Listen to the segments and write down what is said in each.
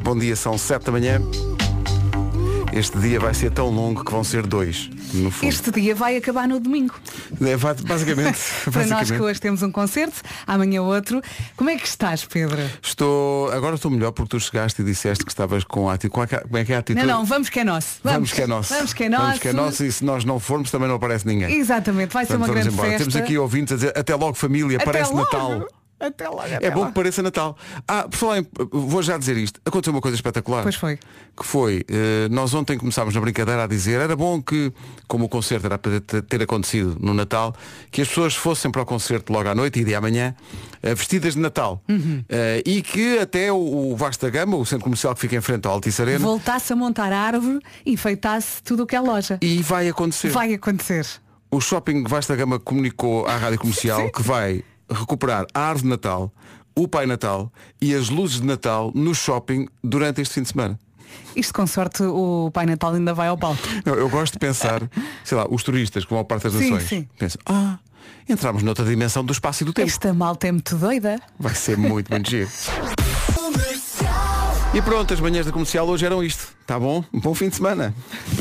Bom dia, são 7 da manhã. Este dia vai ser tão longo que vão ser 2, no fundo. Este dia vai acabar no domingo. Basicamente. Para nós que hoje temos um concerto, amanhã outro. Como é que estás, Pedro? Agora estou melhor porque tu chegaste e disseste que estavas com a atitude. Como é que é a atitude? Não, vamos que é nosso. Vamos que é nosso. Vamos que é nosso. Vamos que é nosso e se nós não formos também não aparece ninguém. Exatamente, vai ser uma grande festa. Temos aqui ouvintes a dizer até logo família, parece logo. Natal. Até logo, é bom que pareça Natal. Por falar vou já dizer isto. Aconteceu uma coisa espetacular. Pois foi. Que foi, nós ontem começámos na brincadeira a dizer, era bom que, como o concerto era para ter acontecido no Natal, que as pessoas fossem para o concerto logo à noite e de amanhã, vestidas de Natal. E que até o Vasco da Gama, o centro comercial que fica em frente ao Altice Arena, voltasse a montar a árvore e enfeitasse tudo o que é loja. E vai acontecer. Vai acontecer. O shopping Vasco da Gama comunicou à Rádio Comercial que vai recuperar a árvore de Natal, o Pai Natal e as luzes de Natal no shopping durante este fim de semana. Isto com sorte o Pai Natal ainda vai ao palco. Eu gosto de pensar, sei lá, os turistas que vão ao Parque das Nações pensam, entramos noutra dimensão do espaço e do tempo. Esta malta é muito doida. Vai ser muito, muito giro. E pronto, as manhãs da Comercial hoje eram isto. Tá bom? Um bom fim de semana.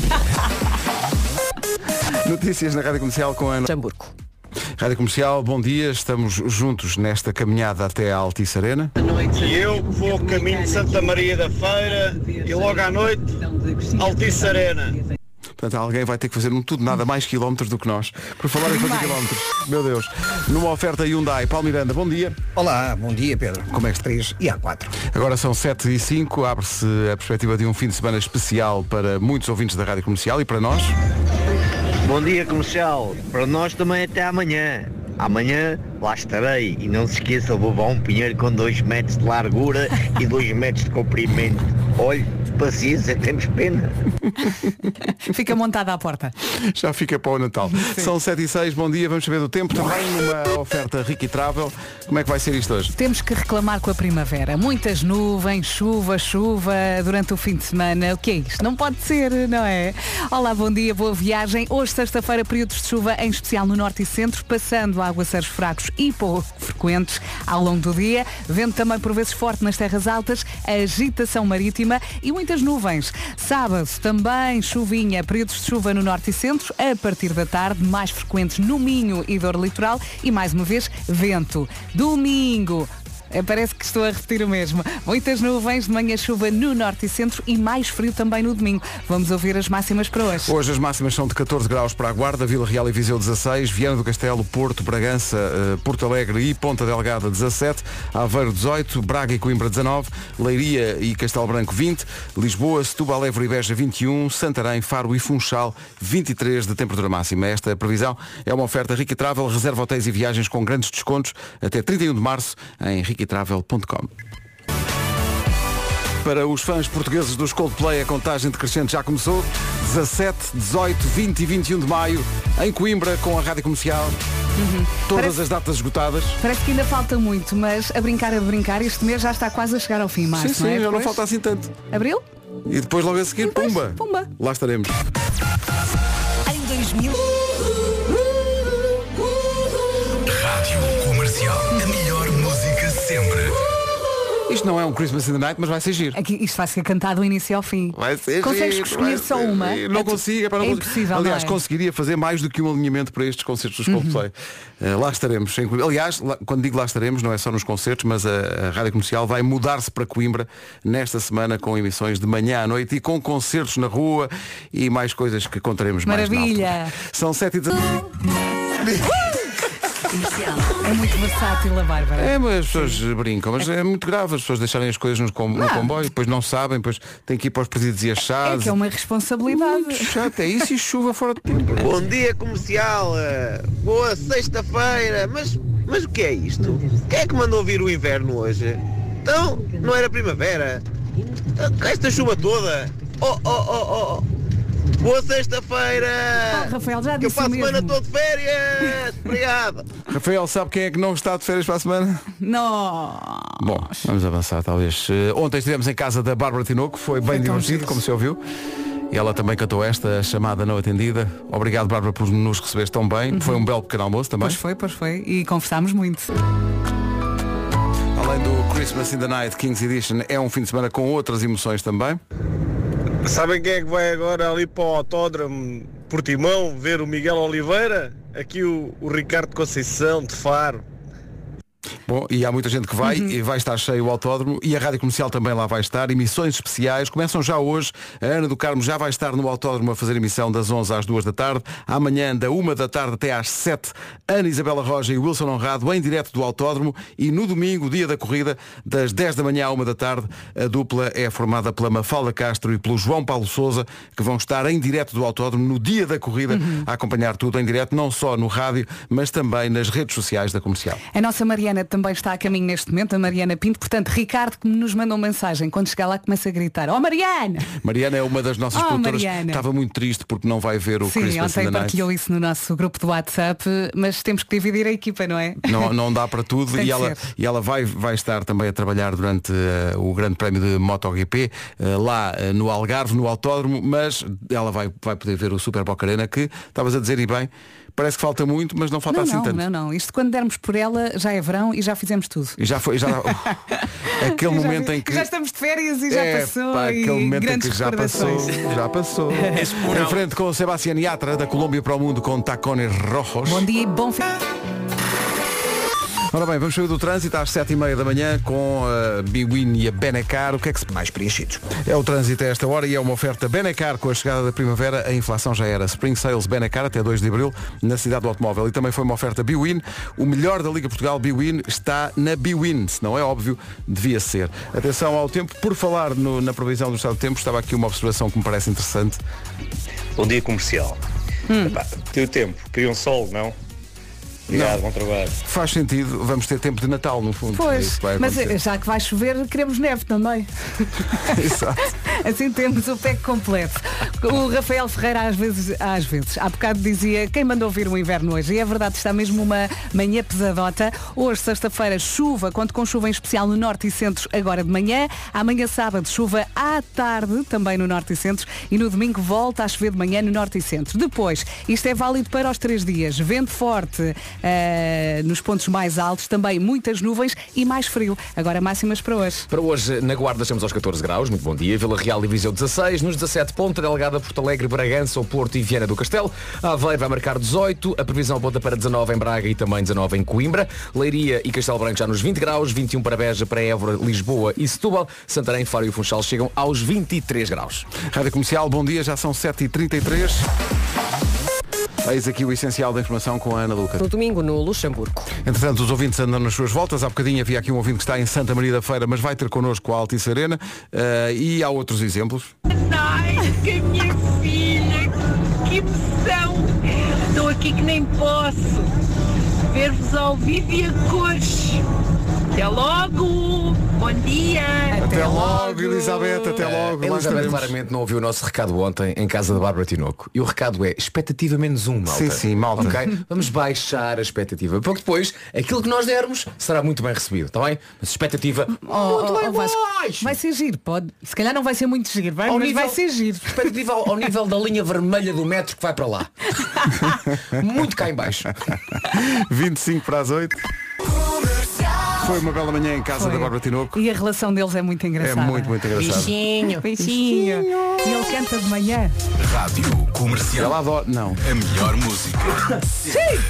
Notícias na Rádio Comercial com a Ana Hamburgo. Rádio Comercial, bom dia, estamos juntos nesta caminhada até à Altice Arena. E eu vou ao caminho de Santa Maria da Feira e logo à noite Altice Arena. Portanto, alguém vai ter que fazer tudo nada mais quilómetros do que nós. Por falar em fazer quilómetros, meu Deus. Numa oferta Hyundai, Paulo Miranda, bom dia. Olá, bom dia, Pedro. Como é que 3 e A4. Agora são 7h05, abre-se a perspectiva de um fim de semana especial para muitos ouvintes da Rádio Comercial e para nós. Bom dia, Comercial. Para nós também até amanhã. Amanhã lá estarei. E não se esqueça, vou levar um pinheiro com 2 metros de largura e 2 metros de comprimento. Olhe, paciência, temos pena. Fica montada à porta. Já fica para o Natal. Sim. São 7h06, bom dia, vamos saber do tempo. Também numa oferta Ricky Travel. Como é que vai ser isto hoje? Temos que reclamar com a primavera. Muitas nuvens, chuva durante o fim de semana. O que é isto? Não pode ser, não é? Olá, bom dia, boa viagem. Hoje, sexta-feira, períodos de chuva, em especial no norte e centro, passando a aguaceiros fracos e pouco frequentes ao longo do dia. Vento também por vezes forte nas terras altas, agitação marítima e muitas nuvens. Sábado também chuvinha, períodos de chuva no norte e centro, a partir da tarde, mais frequentes no Minho e dor litoral e mais uma vez vento. Domingo. Parece que estou a repetir o mesmo. Muitas nuvens, de manhã chuva no norte e centro e mais frio também no domingo. Vamos ouvir as máximas para hoje. Hoje as máximas são de 14 graus para a Guarda, Vila Real e Viseu 16, Viana do Castelo, Porto, Bragança, Porto Alegre e Ponta Delgada 17, Aveiro 18, Braga e Coimbra 19, Leiria e Castelo Branco 20, Lisboa, Setúbal, Évora e Beja 21, Santarém, Faro e Funchal 23 de temperatura máxima. Esta previsão é uma oferta Ricky Travel, reserva hotéis e viagens com grandes descontos até 31 de março em riquitravel.com. Para os fãs portugueses dos Coldplay, a contagem decrescente já começou. 17, 18, 20 e 21 de maio, em Coimbra, com a Rádio Comercial. Todas as datas esgotadas. Parece que ainda falta muito, mas a brincar é de brincar. Este mês já está quase a chegar ao fim, Marcos. Sim, já não falta assim tanto. Abril? E depois logo a seguir, pumba. Lá estaremos. Em 2000. Rádio Comercial. A melhor música sempre. Isto não é um Christmas in the Night, mas vai ser giro. Isto vai ser cantado do início ao fim. Vai ser Consegues giro, escolher só uma? Não consigo. É impossível. Aliás, não é? conseguiria fazer mais do que um alinhamento para estes concertos dos Coldplay. Lá estaremos. Aliás, quando digo lá estaremos, não é só nos concertos, mas a Rádio Comercial vai mudar-se para Coimbra nesta semana com emissões de manhã à noite e com concertos na rua e mais coisas que contaremos mais. Maravilha! São 7h19. É muito versátil a Bárbara. É, mas as pessoas brincam, mas é muito grave as pessoas deixarem as coisas no comboio, depois não sabem, depois têm que ir para os presídios e achados. É que é uma responsabilidade. Muito chato, é isso e chuva fora de tempo. Bom dia, Comercial. Boa sexta-feira. Mas o que é isto? Quem é que mandou vir o inverno hoje? Então, não era primavera? Esta chuva toda? Oh. Boa sexta-feira! Rafael, já que eu disse para a mesmo. semana estou de férias! Obrigado! Rafael, sabe quem é que não está de férias para a semana? Não. Bom, vamos avançar talvez. Ontem estivemos em casa da Bárbara Tinoco, foi bem divertido, como se ouviu. E ela também cantou esta chamada não atendida. Obrigado, Bárbara, por nos receberes tão bem. Foi um belo pequeno almoço também. Pois foi. E conversámos muito. Além além do Christmas in the Night Kings Edition, é um fim de semana com outras emoções também. Sabem quem é que vai agora ali para o autódromo Portimão ver o Miguel Oliveira? Aqui o Ricardo Conceição de Faro. Bom, e há muita gente que vai e vai estar cheio o autódromo e a Rádio Comercial também lá vai estar. Emissões especiais começam já hoje. A Ana do Carmo já vai estar no autódromo a fazer emissão das 11 às 2 da tarde. Amanhã da 1 da tarde até às 7, Ana Isabela Roja e Wilson Honrado em direto do autódromo. E no domingo, dia da corrida, das 10 da manhã à 1 da tarde, a dupla é formada pela Mafalda Castro e pelo João Paulo Sousa, que vão estar em direto do autódromo no dia da corrida a acompanhar tudo em direto, não só no rádio, mas também nas redes sociais da Comercial. A nossa Mariana também está a caminho neste momento, a Mariana Pinto. Portanto, Ricardo, que nos mandou mensagem, quando chegar lá começa a gritar: "Oh Mariana!" Mariana é uma das nossas produtoras. Mariana. Estava muito triste porque não vai ver o Sim, Christmas in ontem the Night. partilhou isso no nosso grupo do WhatsApp, mas temos que dividir a equipa, não é? Não dá para tudo. Tem E ela vai estar também a trabalhar durante o Grande Prémio de MotoGP lá no Algarve, no autódromo, mas ela vai poder ver o Super Boca Arena, que estavas a dizer, e bem, parece que falta muito, mas não falta assim tanto. Não. Isto quando dermos por ela já é verão e já fizemos tudo. E já foi, aquele momento em que já estamos de férias e já passou. Aquele momento em grandes que já passou. Em frente com o Sebastián Yatra, da Colômbia para o mundo, com Tacones Rojos. Bom dia e bom fim. Ora bem, vamos sair do trânsito às 7h30 da manhã com a Biwin e a Benacar. O que é que se... Mais preenchidos. É o trânsito a esta hora e é uma oferta Benacar. Com a chegada da primavera, a inflação já era. Spring Sales Benacar até 2 de abril na cidade do automóvel. E também foi uma oferta Biwin. O melhor da Liga Portugal, Biwin, está na Biwin. Se não é óbvio, devia ser. Atenção ao tempo. Por falar na previsão do estado do tempo, estava aqui uma observação que me parece interessante. Bom dia, Comercial. Tem o tempo. Queria um sol, não? Obrigado, bom trabalho. Faz sentido, vamos ter tempo de Natal no fundo. Pois, mas já que vai chover, queremos neve também. Exato. Assim temos o pack completo. O Rafael Ferreira às vezes, há bocado dizia: quem mandou vir o inverno hoje? E é verdade, está mesmo uma manhã pesadota. Hoje, sexta-feira, chuva, conto com chuva em especial no norte e centro agora de manhã. Amanhã sábado, chuva à tarde, também no norte e centro. E no domingo volta a chover de manhã no norte e centro. Depois, isto é válido para os 3 dias. Vento forte nos pontos mais altos, também muitas nuvens e mais frio. Agora máximas para hoje. Para hoje, na Guarda, estamos aos 14 graus. Muito bom dia. Vila Real e Viseu 16. Nos 17, Ponta Delgada, Porto Alegre, Bragança, o Porto e Viana do Castelo. Aveiro vai marcar 18. A previsão aponta para 19 em Braga e também 19 em Coimbra. Leiria e Castelo Branco já nos 20 graus. 21 para Beja, para Évora, Lisboa e Setúbal. Santarém, Faro e Funchal chegam aos 23 graus. Rádio Comercial, bom dia. Já são 7h33. Eis aqui o essencial da informação com a Ana Luca. No domingo, no Luxemburgo. Entretanto, os ouvintes andam nas suas voltas. Há bocadinho havia aqui um ouvinte que está em Santa Maria da Feira, mas vai ter connosco a Altice Arena. E há outros exemplos. Ai, que a minha filha, que emoção! Estou aqui que nem posso ver-vos ao vivo e a cores. Até logo! Bom dia! Até logo, Elizabeth, até logo. Elizabeth claramente não ouviu o nosso recado ontem em casa da Bárbara Tinoco. E o recado é expectativa menos 1, malta. Sim, malta. Okay? Vamos baixar a expectativa. Porque depois, aquilo que nós dermos será muito bem recebido, está bem? Mas expectativa muito bem baixo. Vai ser giro, pode. Se calhar não vai ser muito giro, mas vai ser giro. Expectativa ao nível da linha vermelha do metro que vai para lá. Muito cá em baixo. 25 para as 8. Foi uma bela manhã em casa da Bárbara Tinoco. E a relação deles é muito engraçada. É muito engraçada. Beijinho. E ele canta de manhã. Rádio Comercial. Ela adora. Não. A melhor música. Sim.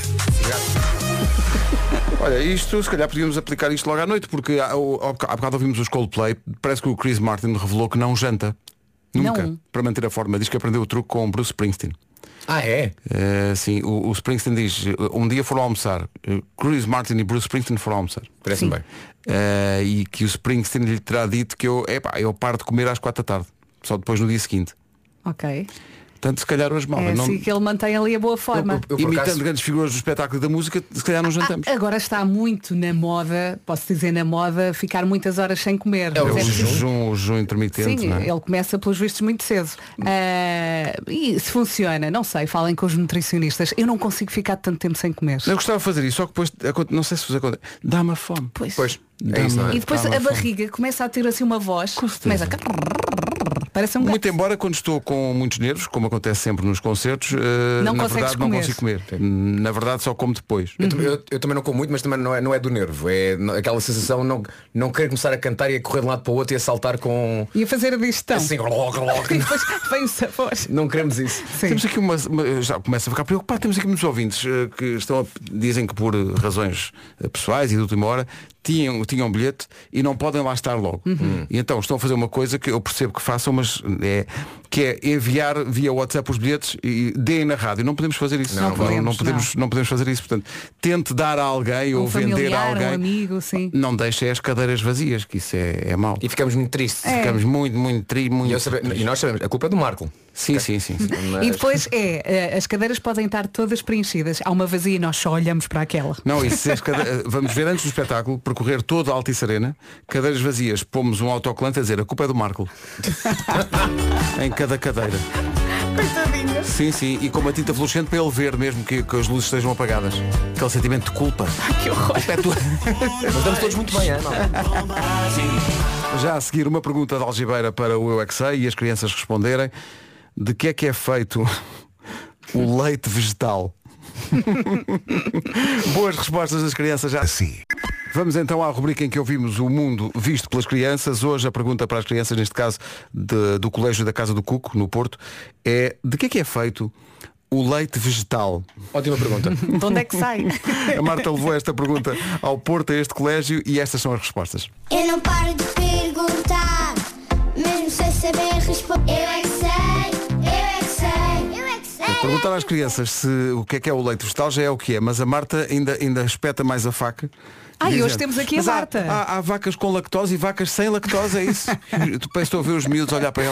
Olha, isto, se calhar podíamos aplicar isto logo à noite, porque há bocado ouvimos os Coldplay. Parece que o Chris Martin revelou que não janta. Nunca. Não. Para manter a forma. Diz que aprendeu o truque com Bruce Springsteen. Ah, é? Sim, o Springsteen diz, um dia foram almoçar, Chris Martin e Bruce Springsteen foram almoçar. Parece-me bem. E que o Springsteen lhe terá dito que eu paro de comer às 4 da tarde, só depois no dia seguinte. Ok. Portanto, se calhar hoje mal. É assim que ele mantém ali a boa forma. Eu, imitando acaso... grandes figuras do espetáculo e da música, se calhar não jantamos. Agora está muito na moda, posso dizer na moda, ficar muitas horas sem comer. É o jejum intermitente. Sim, não é? ele começa pelos vistos muito cedo. E se funciona, não sei, falem com os nutricionistas. Eu não consigo ficar tanto tempo sem comer. Eu gostava de fazer isso, só que depois, não sei se vos acontece, dá-me a fome. Pois. É isso, não é? E depois a barriga começa a ter assim uma voz, começa a... Parece um gato. Muito embora quando estou com muitos nervos, como acontece sempre nos concertos, Não na consegues verdade não comer. consigo comer. Na verdade só como depois. Eu também não como muito, mas também não é do nervo. É aquela sensação não querer começar a cantar e a correr de um lado para o outro e a saltar com... E a fazer a digestão. Assim, E depois vem o sabor. não queremos isso. Sim. Temos aqui já começa a ficar preocupado. Temos aqui muitos ouvintes que dizem que por razões pessoais e de última hora tinham bilhete e não podem lá estar logo. E então estão a fazer uma coisa que eu percebo que façam, mas que é enviar via WhatsApp os bilhetes e deem na rádio. Não podemos fazer isso. Não podemos fazer isso. Portanto, tente dar a alguém ou vender a familiar, alguém. um amigo, sim. Não deixem as cadeiras vazias, que isso é mau. E ficamos muito tristes. Ficamos muito tristes. E nós sabemos, a culpa é do Marco. Sim. Mas... E depois as cadeiras podem estar todas preenchidas. Há uma vazia e nós só olhamos para aquela. Não, isso vamos ver antes do espetáculo, percorrer toda a Altice Arena, cadeiras vazias, pomos um autocolante a dizer a culpa é do Marco. Em cada cadeira. Coitadinha. Sim, e com uma tinta fluorescente para ele ver mesmo que as luzes estejam apagadas. Aquele sentimento de culpa. Que horror. É tua. Mas estamos todos muito bem, não? Já a seguir uma pergunta de Algibeira para o Eu é Que Sei e as crianças responderem de que é feito o leite vegetal. Boas respostas das crianças já. Sim. Vamos então à rubrica em que ouvimos o mundo visto pelas crianças. Hoje a pergunta para as crianças, neste caso do Colégio da Casa do Cuco, no Porto, é de que é feito o leite vegetal? Ótima pergunta. De onde é que sai? A Marta levou esta pergunta ao Porto, a este colégio, e estas são as respostas. Eu não paro de perguntar, mesmo sem saber responder. Eu é que sei, eu é que sei, eu é que sei. Perguntar às crianças o que é o leite vegetal já é o que é, mas a Marta ainda espeta mais a faca. Hoje dizendo, temos aqui a mas Marta. Há vacas com lactose e vacas sem lactose, é isso? Tu parece a ver os miúdos olhar para ela.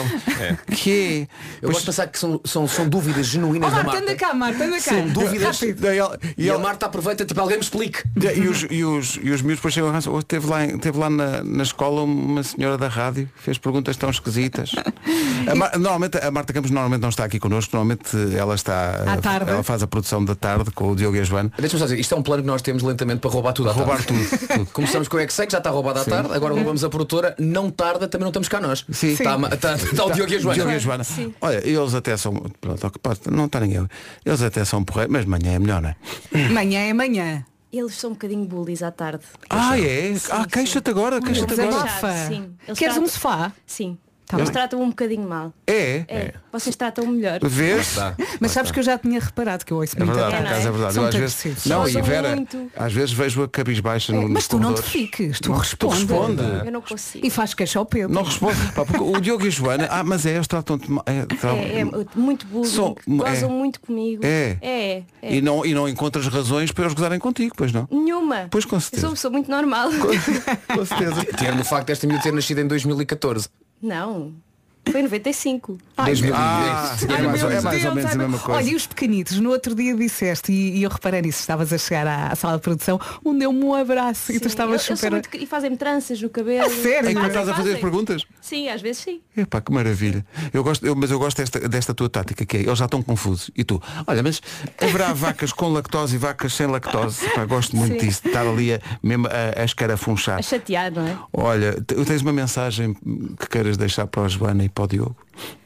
Que Eu gosto de pensar que são dúvidas genuínas da Marta, Marta. anda cá, Marta, anda cá. São dúvidas. Rápido. E a Marta aproveita, tipo, alguém me explique. E os miúdos depois chegam a casa. Teve lá na escola uma senhora da rádio, fez perguntas tão esquisitas. Normalmente a Marta Campos não está aqui connosco, normalmente ela está À tarde. ela faz a produção da tarde com o Diogo e a Joana. Deixa-me só dizer, isto é um plano que nós temos lentamente para roubar tudo à Roubar tarde. tudo. Começamos com o Exei, que já está roubado à tarde, agora roubamos a produtora, não tarda, também não estamos cá nós. Sim. Está o Diogo e a Joana. Diogo e a Joana. Olha, eles até são. Pronto, não está ninguém. Eles até são porreiros, mas manhã é melhor, não é? Manhã é manhã. Eles são um bocadinho bullies à tarde. É? Queixa-te agora, queixa-te agora. Desabafa. Sim. Eles Queres um tratam- sofá? Sim. Tá Eles bem. tratam um bocadinho mal. É. Vocês tratam melhor. Vês? Mas sabes que eu já tinha reparado que eu ouço É muito verdade, a por não acaso é? é verdade. São Eu às muito vezes. agressivos. Não, e Gozam Vera, muito. às vezes vejo-a cabisbaixa nos Mas tu não te corredores. fiques, tu Não, responde. responde. Eu não consigo. E faz queixa ao Pedro. Não responde. Pá, porque o Diogo e a Joana, mas eles tratam-te mal. É muito bullying. Gozam muito comigo. É. E não encontras razões para eles gozarem contigo, pois não? Nenhuma. Pois, com Eu sou certeza. uma pessoa muito normal. Com certeza. Tendo o facto desta miúda ter nascido em 2014. Não. Foi em 95. 2020. Ai, mais meu ou- é mais ou Deus, menos a mesma coisa. Olha, e os pequenitos, no outro dia disseste, e eu reparei nisso, estavas a chegar à sala de produção, um deu-me um abraço e tu estavas eu super. sou muito... E fazem-me tranças no cabelo. A sério? Enquanto Fazem, estás a fazer as fazem. perguntas? Sim, às vezes sim. Epá, que maravilha. Mas eu gosto desta tua tática, que é, eles já estão confusos. E tu, olha, mas haverá vacas com lactose e vacas sem lactose? Epá, gosto muito Sim. disso, de estar ali mesmo a escarafunchar. A chatear, não é? Olha, tens uma mensagem que queiras deixar para a Joana e para o Diogo?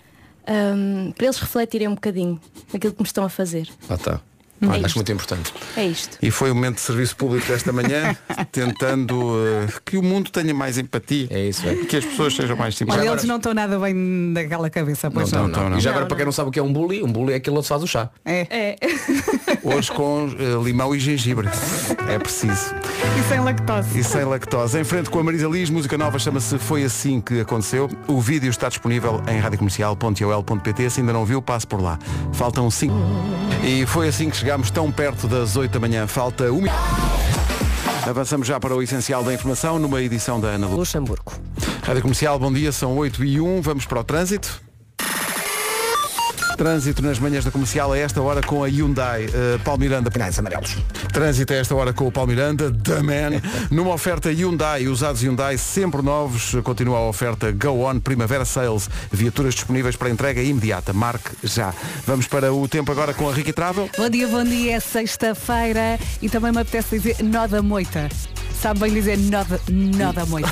Para eles refletirem um bocadinho naquilo que me estão a fazer. Tá. É Acho muito importante. É isto. E foi um momento de serviço público desta manhã, tentando que o mundo tenha mais empatia. É isso, é. Que as pessoas sejam mais Olha, simpáticas. eles não estão nada bem naquela cabeça, pois não. Não. E já agora, Não, para quem não sabe o que é um bully é aquele onde se faz o chá. É. Hoje com limão e gengibre. É preciso. E sem lactose. E sem lactose. Em frente com a Marisa Liz, música nova chama-se Foi Assim Que Aconteceu. O vídeo está disponível em radiocomercial.ol.pt. Se ainda não viu, passe por lá. Faltam 5. E foi assim que chegámos tão perto das 8 da manhã. Falta 1 minuto. Avançamos já para o essencial da informação numa edição da Ana Lu. Luxemburgo. Rádio Comercial, bom dia, são 8h01. Vamos para o trânsito. Trânsito nas manhãs da Comercial a esta hora com a Hyundai. Paulo Miranda. Finais amarelos. Trânsito a esta hora com o Paulo Miranda, The Man. Numa oferta Hyundai, usados Hyundai sempre novos. Continua a oferta Go On Primavera Sales. Viaturas disponíveis para entrega imediata. Marque já. Vamos para o tempo agora com a Ricky Travel. Bom dia, é sexta-feira e também me apetece dizer nó da moita. sabe bem dizer nada moita.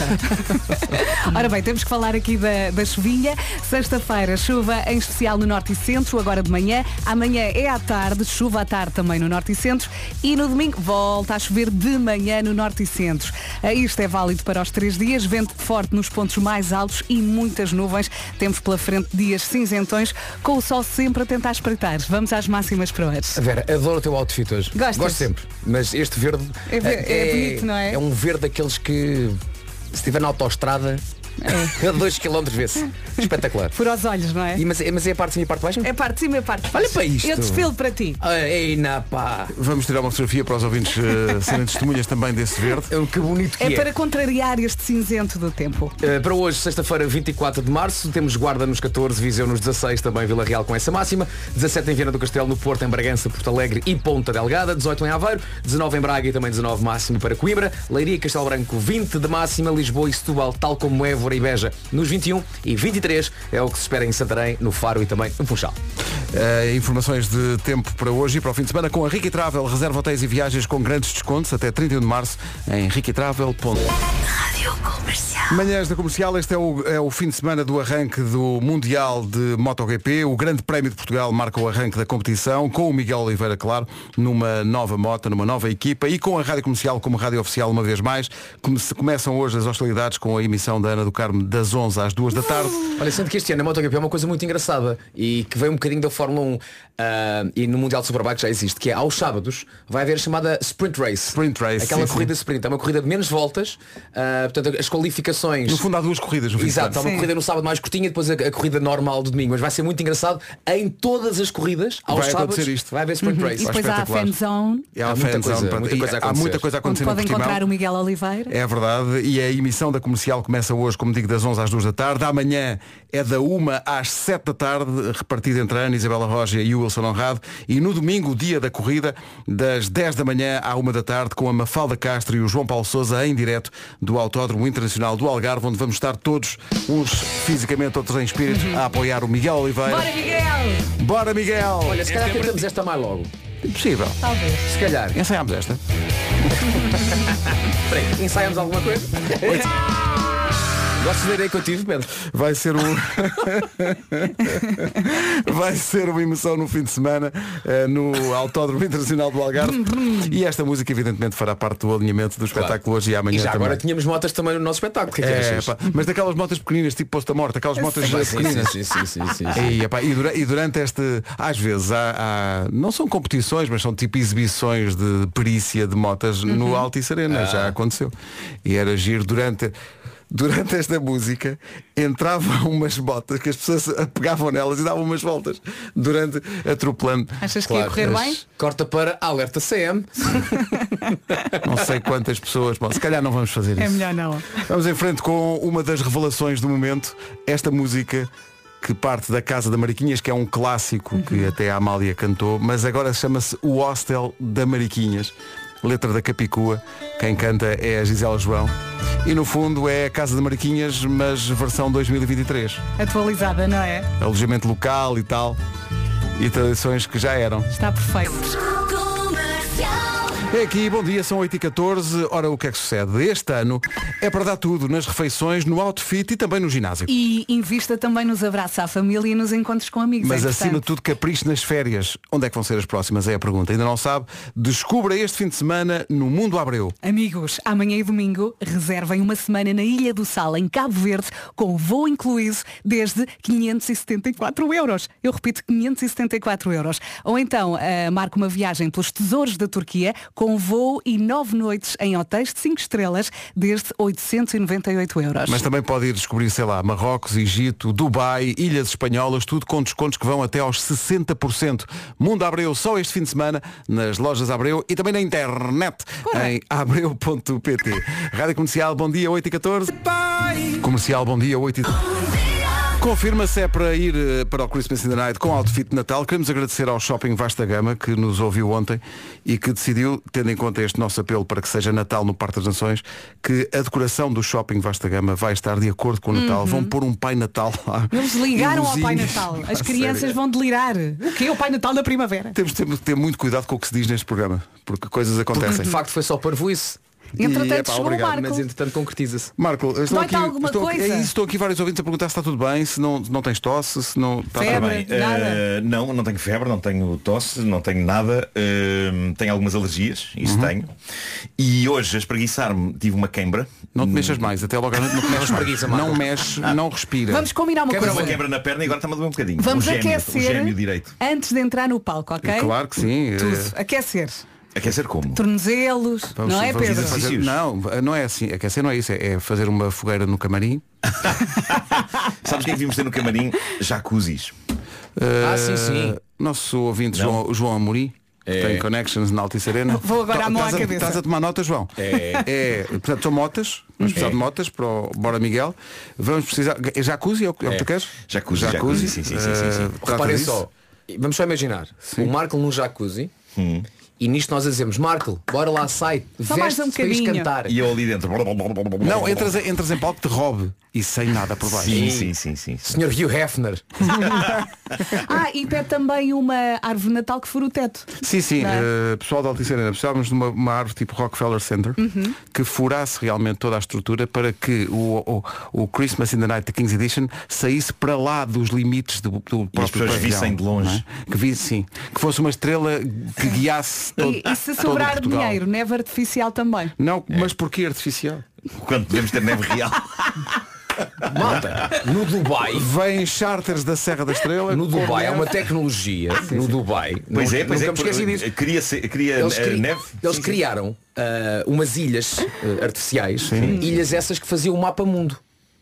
Ora bem, temos que falar aqui da chuvinha. Sexta-feira, chuva em especial no Norte e Centro, agora de manhã. Amanhã é à tarde, chuva à tarde também no Norte e Centro. E no domingo volta a chover de manhã no Norte e Centro. Isto é válido para os 3 dias. Vento forte nos pontos mais altos e muitas nuvens. Temos pela frente dias cinzentões, com o sol sempre a tentar espreitar. Vamos às máximas para hoje. Vera, adoro o teu outfit hoje. Gostas? Gosto sempre. Mas este verde é bonito, não é? É um verde daqueles que, se estiver na autoestrada, a 2 km vê-se. Espetacular. Fura os olhos, não é? Mas é a parte de cima e a parte de baixo? É parte de cima e a parte de baixo. Olha para isto. Eu desfilo para ti. Ei, na pá. Vamos tirar uma fotografia para os ouvintes serem testemunhas também desse verde. Que bonito que é. É para contrariar este cinzento do tempo. Para hoje, sexta-feira, 24 de março, temos Guarda nos 14, Viseu nos 16, também Vila Real com essa máxima, 17 em Viana do Castelo, no Porto, em Bragança, Porto Alegre e Ponta Delgada, 18 em Aveiro, 19 em Braga e também 19 máximo para Coimbra, Leiria e Castelo Branco 20 de máxima, Lisboa e Setúbal, tal como Évora e Beja, nos 21 e 23 é o que se espera em Santarém, no Faro e também no Funchal. Informações de tempo para hoje e para o fim de semana com a Ricky Travel. Reserva hotéis e viagens com grandes descontos até 31 de março em riquitravel.com. Rádio Comercial. Manhãs da Comercial, este é o fim de semana do arranque do Mundial de MotoGP. O Grande Prémio de Portugal marca o arranque da competição, com o Miguel Oliveira, claro, numa nova moto, numa nova equipa e com a Rádio Comercial como rádio oficial uma vez mais. Começam hoje as hostilidades com a emissão da Ana do Carmo das 11 às 2 da tarde. Olha, sendo que este ano a MotoGP é uma coisa muito engraçada e que vem um bocadinho da Fórmula 1 e no Mundial de Superbike já existe, que é aos sábados vai haver a chamada Sprint Race. Aquela corrida sprint, é uma corrida de menos voltas, portanto as qualificações... No fundo há 2 corridas no fim de semana. Exato, há uma corrida no sábado mais curtinha e depois a corrida normal do domingo, mas vai ser muito engraçado. Em todas as corridas, aos sábados, vai haver Sprint Race. E depois há a Fan Zone. Há muita coisa a acontecer. Onde podem encontrar o Miguel Oliveira. É verdade, e a emissão da Comercial começa hoje, como digo, das 11 às 2 da tarde. Amanhã é da 1 às 7 da tarde, repartida entre a Ana Isabela Roja e o Wilson Honrado. E no domingo, o dia da corrida, das 10 da manhã à 1 da tarde, com a Mafalda Castro e o João Paulo Sousa em direto do Autódromo Internacional do Algarve, onde vamos estar todos, uns fisicamente, outros em espírito, a apoiar o Miguel Oliveira. Bora, Miguel! Bora, Miguel! Olha, se calhar cantamos esta mais logo. Possível. Talvez. Se calhar. Ensaiámos esta. Espera aí, ensaiamos alguma coisa? Gostas da ideia que eu tive, Pedro? Vai ser vai ser uma emoção no fim de semana no Autódromo Internacional do Algarve. E esta música evidentemente fará parte do alinhamento do espetáculo hoje e amanhã. E já também. agora tínhamos motas também no nosso espetáculo. Que mas daquelas motas pequeninas, tipo posto a morte, aquelas motas pequeninas. Sim. E durante este, às vezes há não são competições, mas são tipo exibições de perícia de motas no Altice Arena. Já aconteceu. E era giro durante esta música entravam umas botas que as pessoas pegavam nelas e davam umas voltas durante atropelando. Achas que ia correr bem? Corta para alerta CM. Não sei quantas pessoas. Bom, se calhar não vamos fazer isso. É melhor não. Vamos em frente com uma das revelações do momento. Esta música que parte da Casa da Mariquinhas, que é um clássico que até a Amália cantou, mas agora chama-se O Hostel da Mariquinhas. Letra da Capicua. Quem canta é a Gisela João. E no fundo é a Casa de Mariquinhas, mas versão 2023. Atualizada, não é? Alojamento local e tal. E tradições que já eram. Está perfeito. É aqui, bom dia, são 8h14. Ora, o que é que sucede? Este ano é para dar tudo nas refeições, no outfit e também no ginásio. E invista também nos abraços à família e nos encontros com amigos. Mas acima de tudo, capricho nas férias. Onde é que vão ser as próximas? É a pergunta. Ainda não sabe? Descubra este fim de semana no Mundo Abreu. Amigos, amanhã e domingo reservem uma semana na Ilha do Sal, em Cabo Verde, com voo incluído desde 574 euros. Eu repito, 574 euros. Ou então, marque uma viagem pelos tesouros da Turquia, com voo e 9 noites em hotéis de 5 estrelas, desde 898 euros. Mas também pode ir descobrir, sei lá, Marrocos, Egito, Dubai, Ilhas Espanholas, tudo com descontos que vão até aos 60%. Mundo Abreu, só este fim de semana, nas lojas Abreu e também na internet, em abreu.pt. Rádio Comercial, bom dia, 8h14. Comercial, bom dia, 8h14. Confirma se é para ir para o Christmas in the Night com outfit de Natal. Queremos agradecer ao Shopping Vasta Gama que nos ouviu ontem e que decidiu, tendo em conta este nosso apelo para que seja Natal no Parque das Nações, que a decoração do Shopping Vasta Gama vai estar de acordo com o Natal. Vão pôr um Pai Natal lá. Eles ligaram ao Pai Natal. As crianças vão delirar. O que é o Pai Natal da primavera? Temos de ter muito cuidado com o que se diz neste programa, porque coisas acontecem. De facto foi só parvoíce. Entretanto, chegou o Marco. Mas entretanto concretiza-se. Marco, Dói-te alguma coisa? Estou aqui vários ouvintes a perguntar se está tudo bem, se não tens tosse, se não está tudo Febre, bem. nada? Não tenho febre, não tenho tosse, não tenho nada. Tenho algumas alergias, isso tenho. E hoje, a espreguiçar-me, tive uma queimbra. Não te mexas mais, até logo à noite não te mexas mais. Não mexe, não respira. Vamos combinar uma coisa. Uma quebra na perna e agora está-me a doer um bocadinho. Vamos o aquecer gêmeo direito. antes de entrar no palco, ok? Claro que sim. Tudo. Aquecer. Aquecer como? Tornozelos, não é, Pedro? Não é assim, aquecer não é isso, é fazer uma fogueira no camarim. Sabes o que é que vimos ter no camarim? Jacuzzis. Sim. Nosso ouvinte João Amorim. Tem connections na Altice Arena. Vou agora à mão à cabeça. Estás a tomar notas, João? Portanto, são motas. Vamos precisar de motas para o Bora Miguel. Vamos precisar. Jacuzzi é o que tu queres? Jacuzzi. Sim. Reparem só. Vamos só imaginar. O Marco num jacuzzi. E nisto nós dizemos, Marco, bora lá, sai, veste para ir cantar. E eu ali dentro. Não, entras em palco de robe e sem nada por baixo. Sim. Sr. Hugh Hefner. E pede também uma árvore de Natal que fura o teto. Sim. Pessoal da Altice Arena, precisávamos de uma árvore tipo Rockefeller Center que furasse realmente toda a estrutura para que o Christmas in the Night, the King's Edition, saísse para lá dos limites do próprio e as pessoas vissem de longe. Que fosse uma estrela que guiasse e se sobrar dinheiro, neve artificial também. Não, mas porquê artificial? Quando podemos ter neve real? Malta, no Dubai vêm charters da Serra da Estrela. No Dubai há uma tecnologia. No Dubai. Pois é. Queria neve. Eles criaram umas ilhas artificiais. Ilhas essas que faziam o mapa mundo.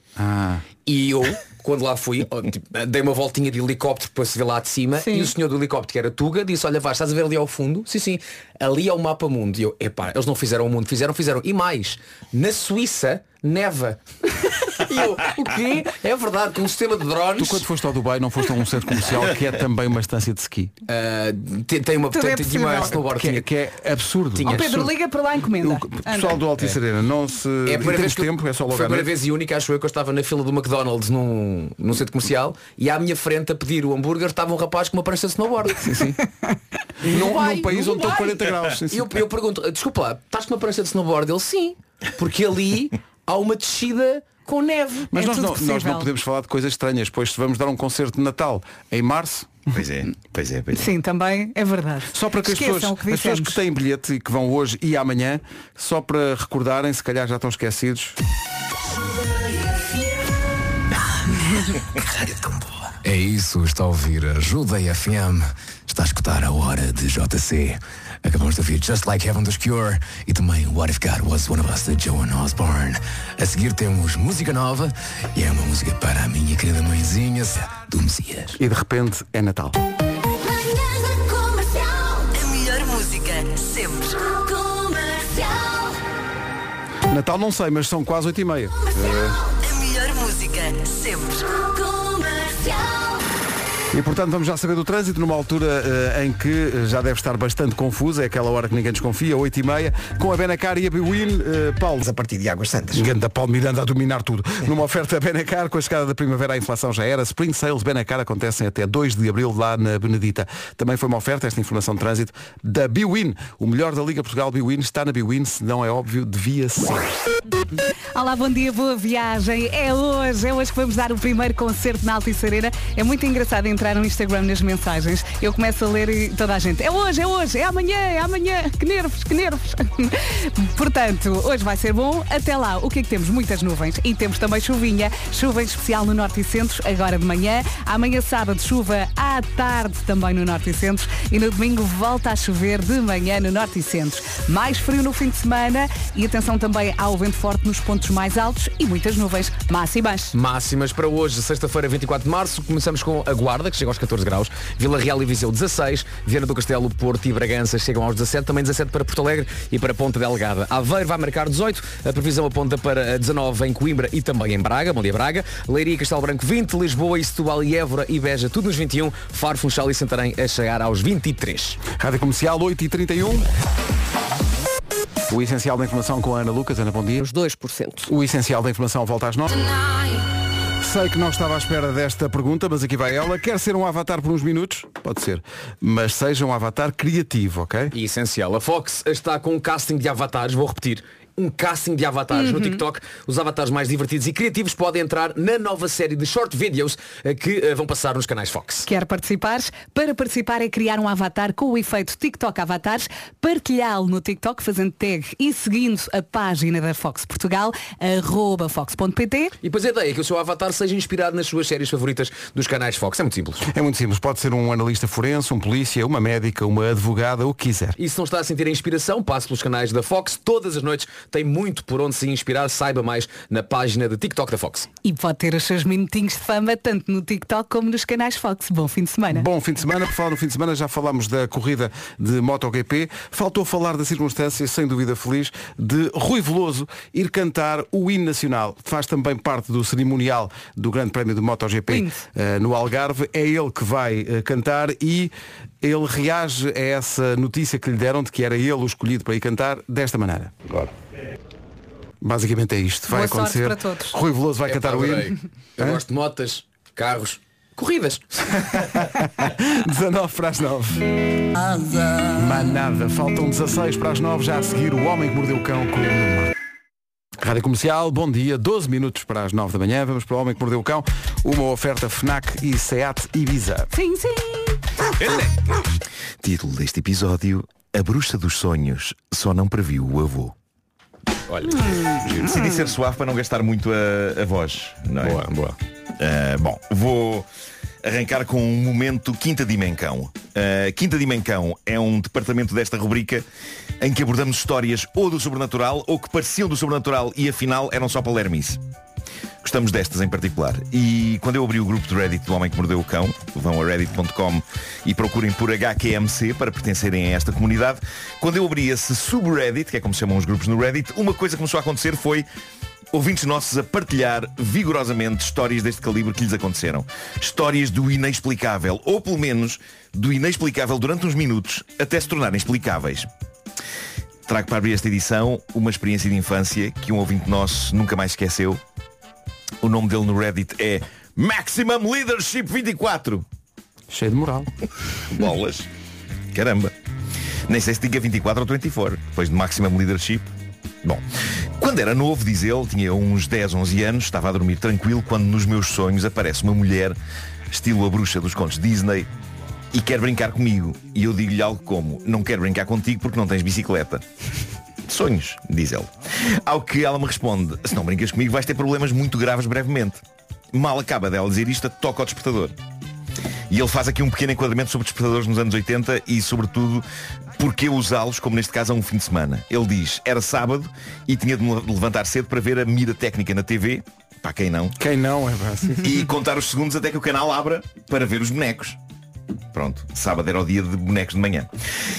E eu, quando lá fui, dei uma voltinha de helicóptero para se ver lá de cima. E o senhor do helicóptero, que era Tuga, disse, olha, vais, estás a ver ali ao fundo? Sim, ali é o mapa mundo. E eu, eles não fizeram o mundo, fizeram. E mais, na Suíça neva. E eu, o quê? É verdade, com um sistema de drones. Tu quando foste ao Dubai não foste a um centro comercial que é também uma estância de ski? Tem uma snowboard que é absurdo. Pedro, liga para lá e encomenda. O pessoal do Altice Arena não se... É a primeira vez tempo, é só logo. Foi a primeira vez e única, acho eu, que eu estava na fila do McDonald's num centro comercial e à minha frente a pedir o hambúrguer estava um rapaz com uma prancha de snowboard. Sim. Num país onde estão 40 graus. E eu pergunto, desculpa lá, estás com uma prancha de snowboard? Ele, sim. Porque ali há uma descida com neve. Mas nós não podemos falar de coisas estranhas, pois se vamos dar um concerto de Natal em março. Pois é. Sim, também é verdade. Só para que as pessoas que têm bilhete e que vão hoje e amanhã, só para recordarem, se calhar já estão esquecidos. É isso, está a ouvir Ajuda FM. Está a escutar a hora de JC. Acabamos de ouvir Just Like Heaven dos Cure e também What If God Was One of Us de Joan Osborne. A seguir temos música nova e é uma música para a minha querida mãezinha do Messias. E de repente é Natal. A melhor música sempre. Comercial. Natal não sei, mas são quase 8h30. A melhor música sempre. Comercial. E portanto vamos já saber do trânsito numa altura em que já deve estar bastante confusa, é aquela hora que ninguém desconfia, 8h30, com a Benacar e a Biwin. Paulo, a partir de Águas Santas. Ganda Paulo Miranda a dominar tudo. Numa oferta Benacar, com a chegada da primavera a inflação já era. Spring Sales Benacar acontecem até 2 de abril lá na Benedita. Também foi uma oferta, esta informação de trânsito, da Biwin. O melhor da Liga Portugal Biwin está na Biwin, se não é óbvio, devia ser. Olá, bom dia, boa viagem. É hoje que vamos dar o primeiro concerto na Altice Arena. É muito engraçado entrar no Instagram nas mensagens. Eu começo a ler e toda a gente, é hoje, é amanhã, que nervos. Portanto, hoje vai ser bom. Até lá, o que é que temos? Muitas nuvens e temos também chuvinha. Chuva em especial no Norte e Centro, agora de manhã. Amanhã sábado, chuva à tarde também no Norte e Centro. E no domingo volta a chover de manhã no Norte e Centro. Mais frio no fim de semana e atenção também ao vento forte nos pontos mais altos e muitas nuvens. Máximas para hoje, sexta-feira, 24 de março. Começamos com a Guarda, que chega aos 14 graus. Vila Real e Viseu 16. Viana do Castelo, Porto e Bragança chegam aos 17. Também 17 para Porto Alegre e para Ponta Delgada. Aveiro vai marcar 18. A previsão aponta para 19 em Coimbra e também em Braga. Bom dia, Braga. Leiria e Castelo Branco 20. Lisboa e Setúbal e Évora e Beja tudo nos 21. Faro, Funchal e Santarém a chegar aos 23. Rádio Comercial 8h31. O essencial da informação com a Ana Lucas. Ana, bom dia. Os 2%. O essencial da informação volta às 9. Sei que não estava à espera desta pergunta, mas aqui vai ela. Quer ser um avatar por uns minutos? Pode ser. Mas seja um avatar criativo, ok? E essencial. A Fox está com um casting de avatares, vou repetir. um casting de avatares no TikTok. Os avatares mais divertidos e criativos podem entrar na nova série de short videos que vão passar nos canais Fox. Quer participar? Para participar é criar um avatar com o efeito TikTok Avatares, partilhá-lo no TikTok fazendo tag e seguindo a página da Fox Portugal, @fox.pt. E depois a ideia é que o seu avatar seja inspirado nas suas séries favoritas dos canais Fox. É muito simples. É muito simples. Pode ser um analista forense, um polícia, uma médica, uma advogada, o que quiser. E se não está a sentir a inspiração, passe pelos canais da Fox. Todas as noites tem muito por onde se inspirar. Saiba mais na página de TikTok da Fox. E pode ter os seus minutinhos de fama tanto no TikTok como nos canais Fox. Bom fim de semana. Bom fim de semana. Por falar no fim de semana, já falámos da corrida de MotoGP. Faltou falar da circunstância, sem dúvida feliz, de Rui Veloso ir cantar o hino nacional. Faz também parte do cerimonial do Grande Prémio de MotoGP no Algarve. É ele que vai cantar e ele reage a essa notícia que lhe deram de que era ele o escolhido para ir cantar desta maneira. Claro. Basicamente é isto. Vai Boa acontecer. sorte para todos. Rui Veloso vai cantar o hino. Eu gosto de motas, carros, corridas. 19 para as 9. Manada. Faltam 16 para as 9. Já a seguir o Homem que Mordeu o Cão com o Nuno Marco. Rádio Comercial, bom dia, 12 minutos para as 9 da manhã. Vamos para o Homem que Mordeu o Cão. Uma oferta FNAC e SEAT Ibiza. Sim, sim. Título deste episódio: A Bruxa dos Sonhos só não previu o avô. Olha, decidi ser suave para não gastar muito a voz, não é? Boa. Bom, vou arrancar com um momento Quinta Dimensão. Quinta Dimensão é um departamento desta rubrica em que abordamos histórias ou do sobrenatural ou que pareciam do sobrenatural e afinal eram só palermice. Gostamos destas em particular. E quando eu abri o grupo de Reddit do Homem que Mordeu o Cão, vão a reddit.com e procurem por HQMC para pertencerem a esta comunidade. Quando eu abri esse subreddit, que é como se chamam os grupos no Reddit, uma coisa que começou a acontecer foi ouvintes nossos a partilhar vigorosamente histórias deste calibre que lhes aconteceram. Histórias do inexplicável, ou pelo menos do inexplicável durante uns minutos, até se tornarem explicáveis. Trago para abrir esta edição uma experiência de infância que um ouvinte nosso nunca mais esqueceu. O nome dele no Reddit é Maximum Leadership 24. Cheio de moral. Bolas. Caramba. Nem sei se diga 24 ou 24. Depois de Maximum Leadership. Bom, quando era novo, diz ele, tinha uns 10, 11 anos, estava a dormir tranquilo quando nos meus sonhos aparece uma mulher, estilo a bruxa dos contos Disney, e quer brincar comigo. E eu digo-lhe algo como: não quero brincar contigo porque não tens bicicleta. Sonhos, diz ele. Ao que ela me responde: se não brincas comigo vais ter problemas muito graves brevemente. Mal acaba dela dizer isto, toca ao despertador. E ele faz aqui um pequeno enquadramento sobre despertadores nos anos 80 e, sobretudo, porque usá-los, como neste caso, a um fim de semana. Ele diz: era sábado e tinha de me levantar cedo para ver a mira técnica na TV. Pá, quem não? Quem não, é fácil. E contar os segundos até que o canal abra para ver os bonecos. Pronto, sábado era o dia de bonecos de manhã.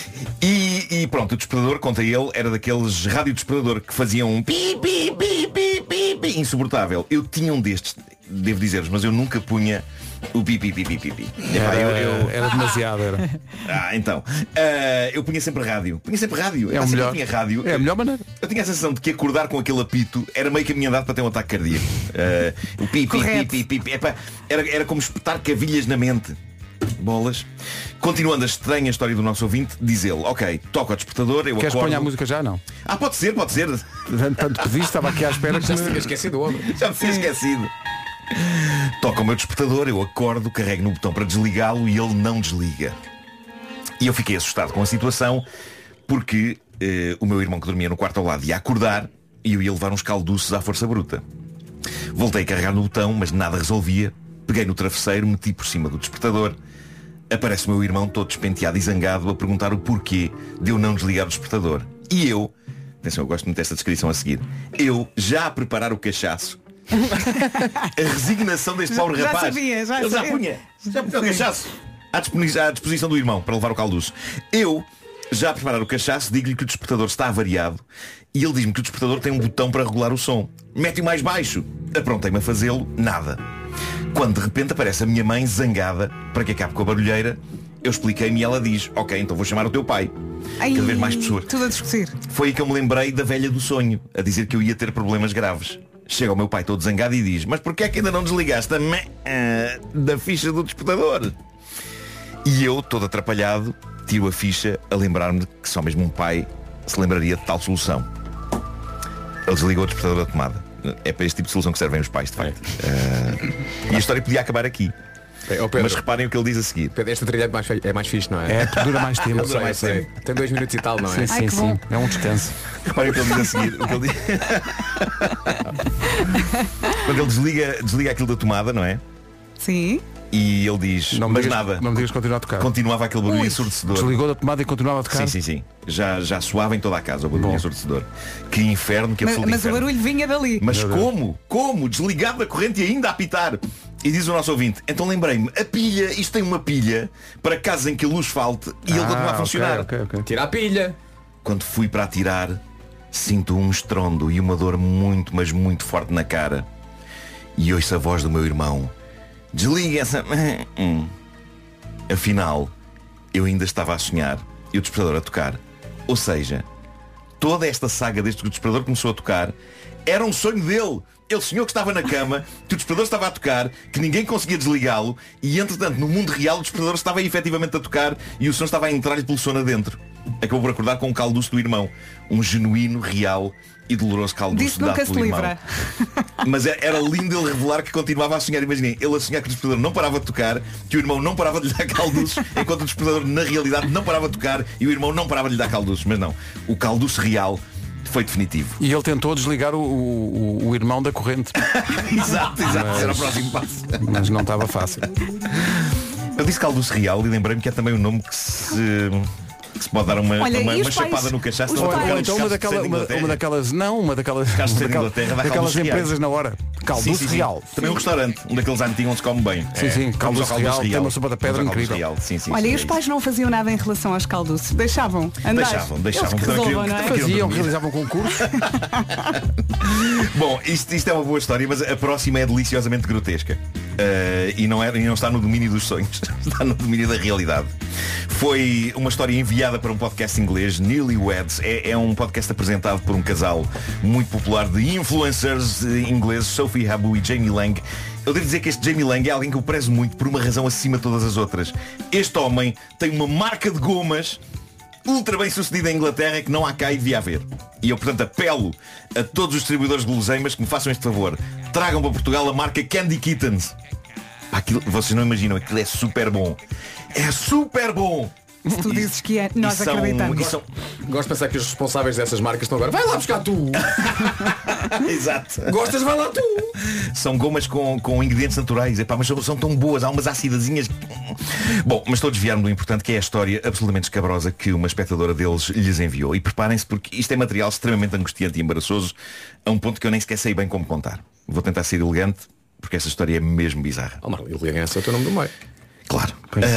E pronto, o despertador, conta ele, era daqueles rádio-despertador que faziam um pi, pi, pi, pi, pi, pi, insuportável. Eu tinha um destes, devo dizer-vos, mas eu nunca punha o pi, pi, pi, pi, pi, pi. Era demasiado, era. Então, eu punha sempre rádio. É o melhor. Eu tinha rádio. É a melhor maneira. Eu tinha a sensação de que acordar com aquele apito era meio caminho andado para ter um ataque cardíaco. O pi, pi, pi, pi, pi, pi. Epá, era como espetar cavilhas na mente. Bolas. Continuando a estranha história do nosso ouvinte, diz ele: ok, toca o despertador, eu Queres acordo. pôr a música já, não? Pode ser. Tanto pediste, estava aqui à espera que já se tinha esquecido o homem. Já me tinha esquecido. Toca o meu despertador, eu acordo, carrego no botão para desligá-lo e ele não desliga. E eu fiquei assustado com a situação porque o meu irmão que dormia no quarto ao lado ia acordar e eu ia levar uns calduços à força bruta. Voltei a carregar no botão, mas nada resolvia. Peguei no travesseiro, meti por cima do despertador. Aparece o meu irmão todo despenteado e zangado a perguntar o porquê de eu não desligar o despertador. E eu, atenção, eu gosto muito desta descrição a seguir, eu já a preparar o cachaço. A resignação deste pobre rapaz. Ele já punha o cachaço à disposição do irmão para levar o calduço. Eu, já a preparar o cachaço, digo-lhe que o despertador está avariado e ele diz-me que o despertador tem um botão para regular o som. Mete-o mais baixo. Aprontei-me a fazê-lo, nada. Quando de repente aparece a minha mãe zangada para que acabe com a barulheira. Eu expliquei-me e ela diz: ok, então vou chamar o teu pai. Cada vez mais pessoas. Tudo a discutir. Foi aí que eu me lembrei da velha do sonho, a dizer que eu ia ter problemas graves. Chega o meu pai todo zangado e diz: mas porquê é que ainda não desligaste da ficha do despertador? E eu, todo atrapalhado, tiro a ficha a lembrar-me que só mesmo um pai se lembraria de tal solução. Ele desligou o despertador da tomada. É para este tipo de solução que servem os pais, de facto. E a história podia acabar aqui. Mas reparem o que ele diz a seguir. Pedro, esta trilha é mais fixe, não é? É, porque dura mais tempo. Dura mais tempo. Tem 2 minutos e tal, não é? Sim. É um descanso. Reparem o que ele diz a seguir. Quando ele desliga aquilo da tomada, não é? Sim. E ele diz, não mas digas, nada. Não me digas continuar a tocar. Continuava aquele barulho ensurdecedor. Desligou da tomada e continuava a tocar? Sim. Já soava em toda a casa o barulho ensurdecedor. Que inferno, que absoluto Mas inferno. o barulho vinha dali. Mas como? Desligado da corrente e ainda a apitar. E diz o nosso ouvinte, então lembrei-me, a pilha, isto tem uma pilha para casos em que a luz falte e ele continua a funcionar. Okay. Tira a pilha. Quando fui para atirar, sinto um estrondo e uma dor muito, mas muito forte na cara. E ouço a voz do meu irmão. Desliga essa... Afinal, eu ainda estava a sonhar e o despertador a tocar. Ou seja, toda esta saga desde que o despertador começou a tocar era um sonho dele. Ele sonhou que estava na cama, que o despertador estava a tocar, que ninguém conseguia desligá-lo e, entretanto, no mundo real o despertador estava efetivamente a tocar e o som estava a entrar-lhe pelo sono adentro. Acabou por acordar com um calduço do irmão. Um genuíno, real e doloroso calduço Disso nunca se livra. Mas era lindo ele revelar que continuava a sonhar. Imaginem, ele a sonhar que o despertador não parava de tocar, que o irmão não parava de lhe dar calduços, enquanto o despertador na realidade não parava de tocar e o irmão não parava de lhe dar calduços. Mas não, o calduço real foi definitivo. E ele tentou desligar o irmão da corrente. Exato, era o próximo passo. Mas não estava fácil. Eu disse calduço real e lembrei-me que é também um nome que se pode dar uma chapada no cachaço. Ou então uma daquelas empresas na hora. Calduço real. Também um restaurante, um daqueles antigos onde se come bem. Sim, calduço real, tem uma sopa da pedra incrível. Olha, e os pais não faziam nada em relação aos calduços? Deixavam andar? Deixavam. Realizavam concursos. Bom, isto é uma boa história, mas a próxima é deliciosamente grotesca. E não está no domínio dos sonhos, está no domínio da realidade. Foi uma história enviada para um podcast inglês, Newlyweds. É um podcast apresentado por um casal muito popular de influencers ingleses, Sophie Habu e Jamie Lang. Eu devo dizer que este Jamie Lang é alguém que eu prezo muito por uma razão acima de todas as outras. Este homem tem uma marca de gomas ultra bem sucedida em Inglaterra que não há cá e devia haver. E eu, portanto, apelo a todos os distribuidores de guloseimas que me façam este favor. Tragam para Portugal a marca Candy Kittens. Aquilo, vocês não imaginam, aquilo é super bom. É super bom! Se tu dizes que é, nós acreditamos. Gosto de pensar que os responsáveis dessas marcas estão agora. Vai lá buscar tu! Exato. Gostas, vai lá tu! São gomas com ingredientes naturais. Epá, mas são tão boas, há umas acidazinhas. Bom, mas estou a desviar-me do importante, que é a história absolutamente escabrosa que uma espectadora deles lhes enviou. E preparem-se, porque isto é material extremamente angustiante e embaraçoso, a um ponto que eu nem sequer sei bem como contar. Vou tentar ser elegante, porque essa história é mesmo bizarra. Oh, Marlon, elegância é o teu nome do meio. Claro.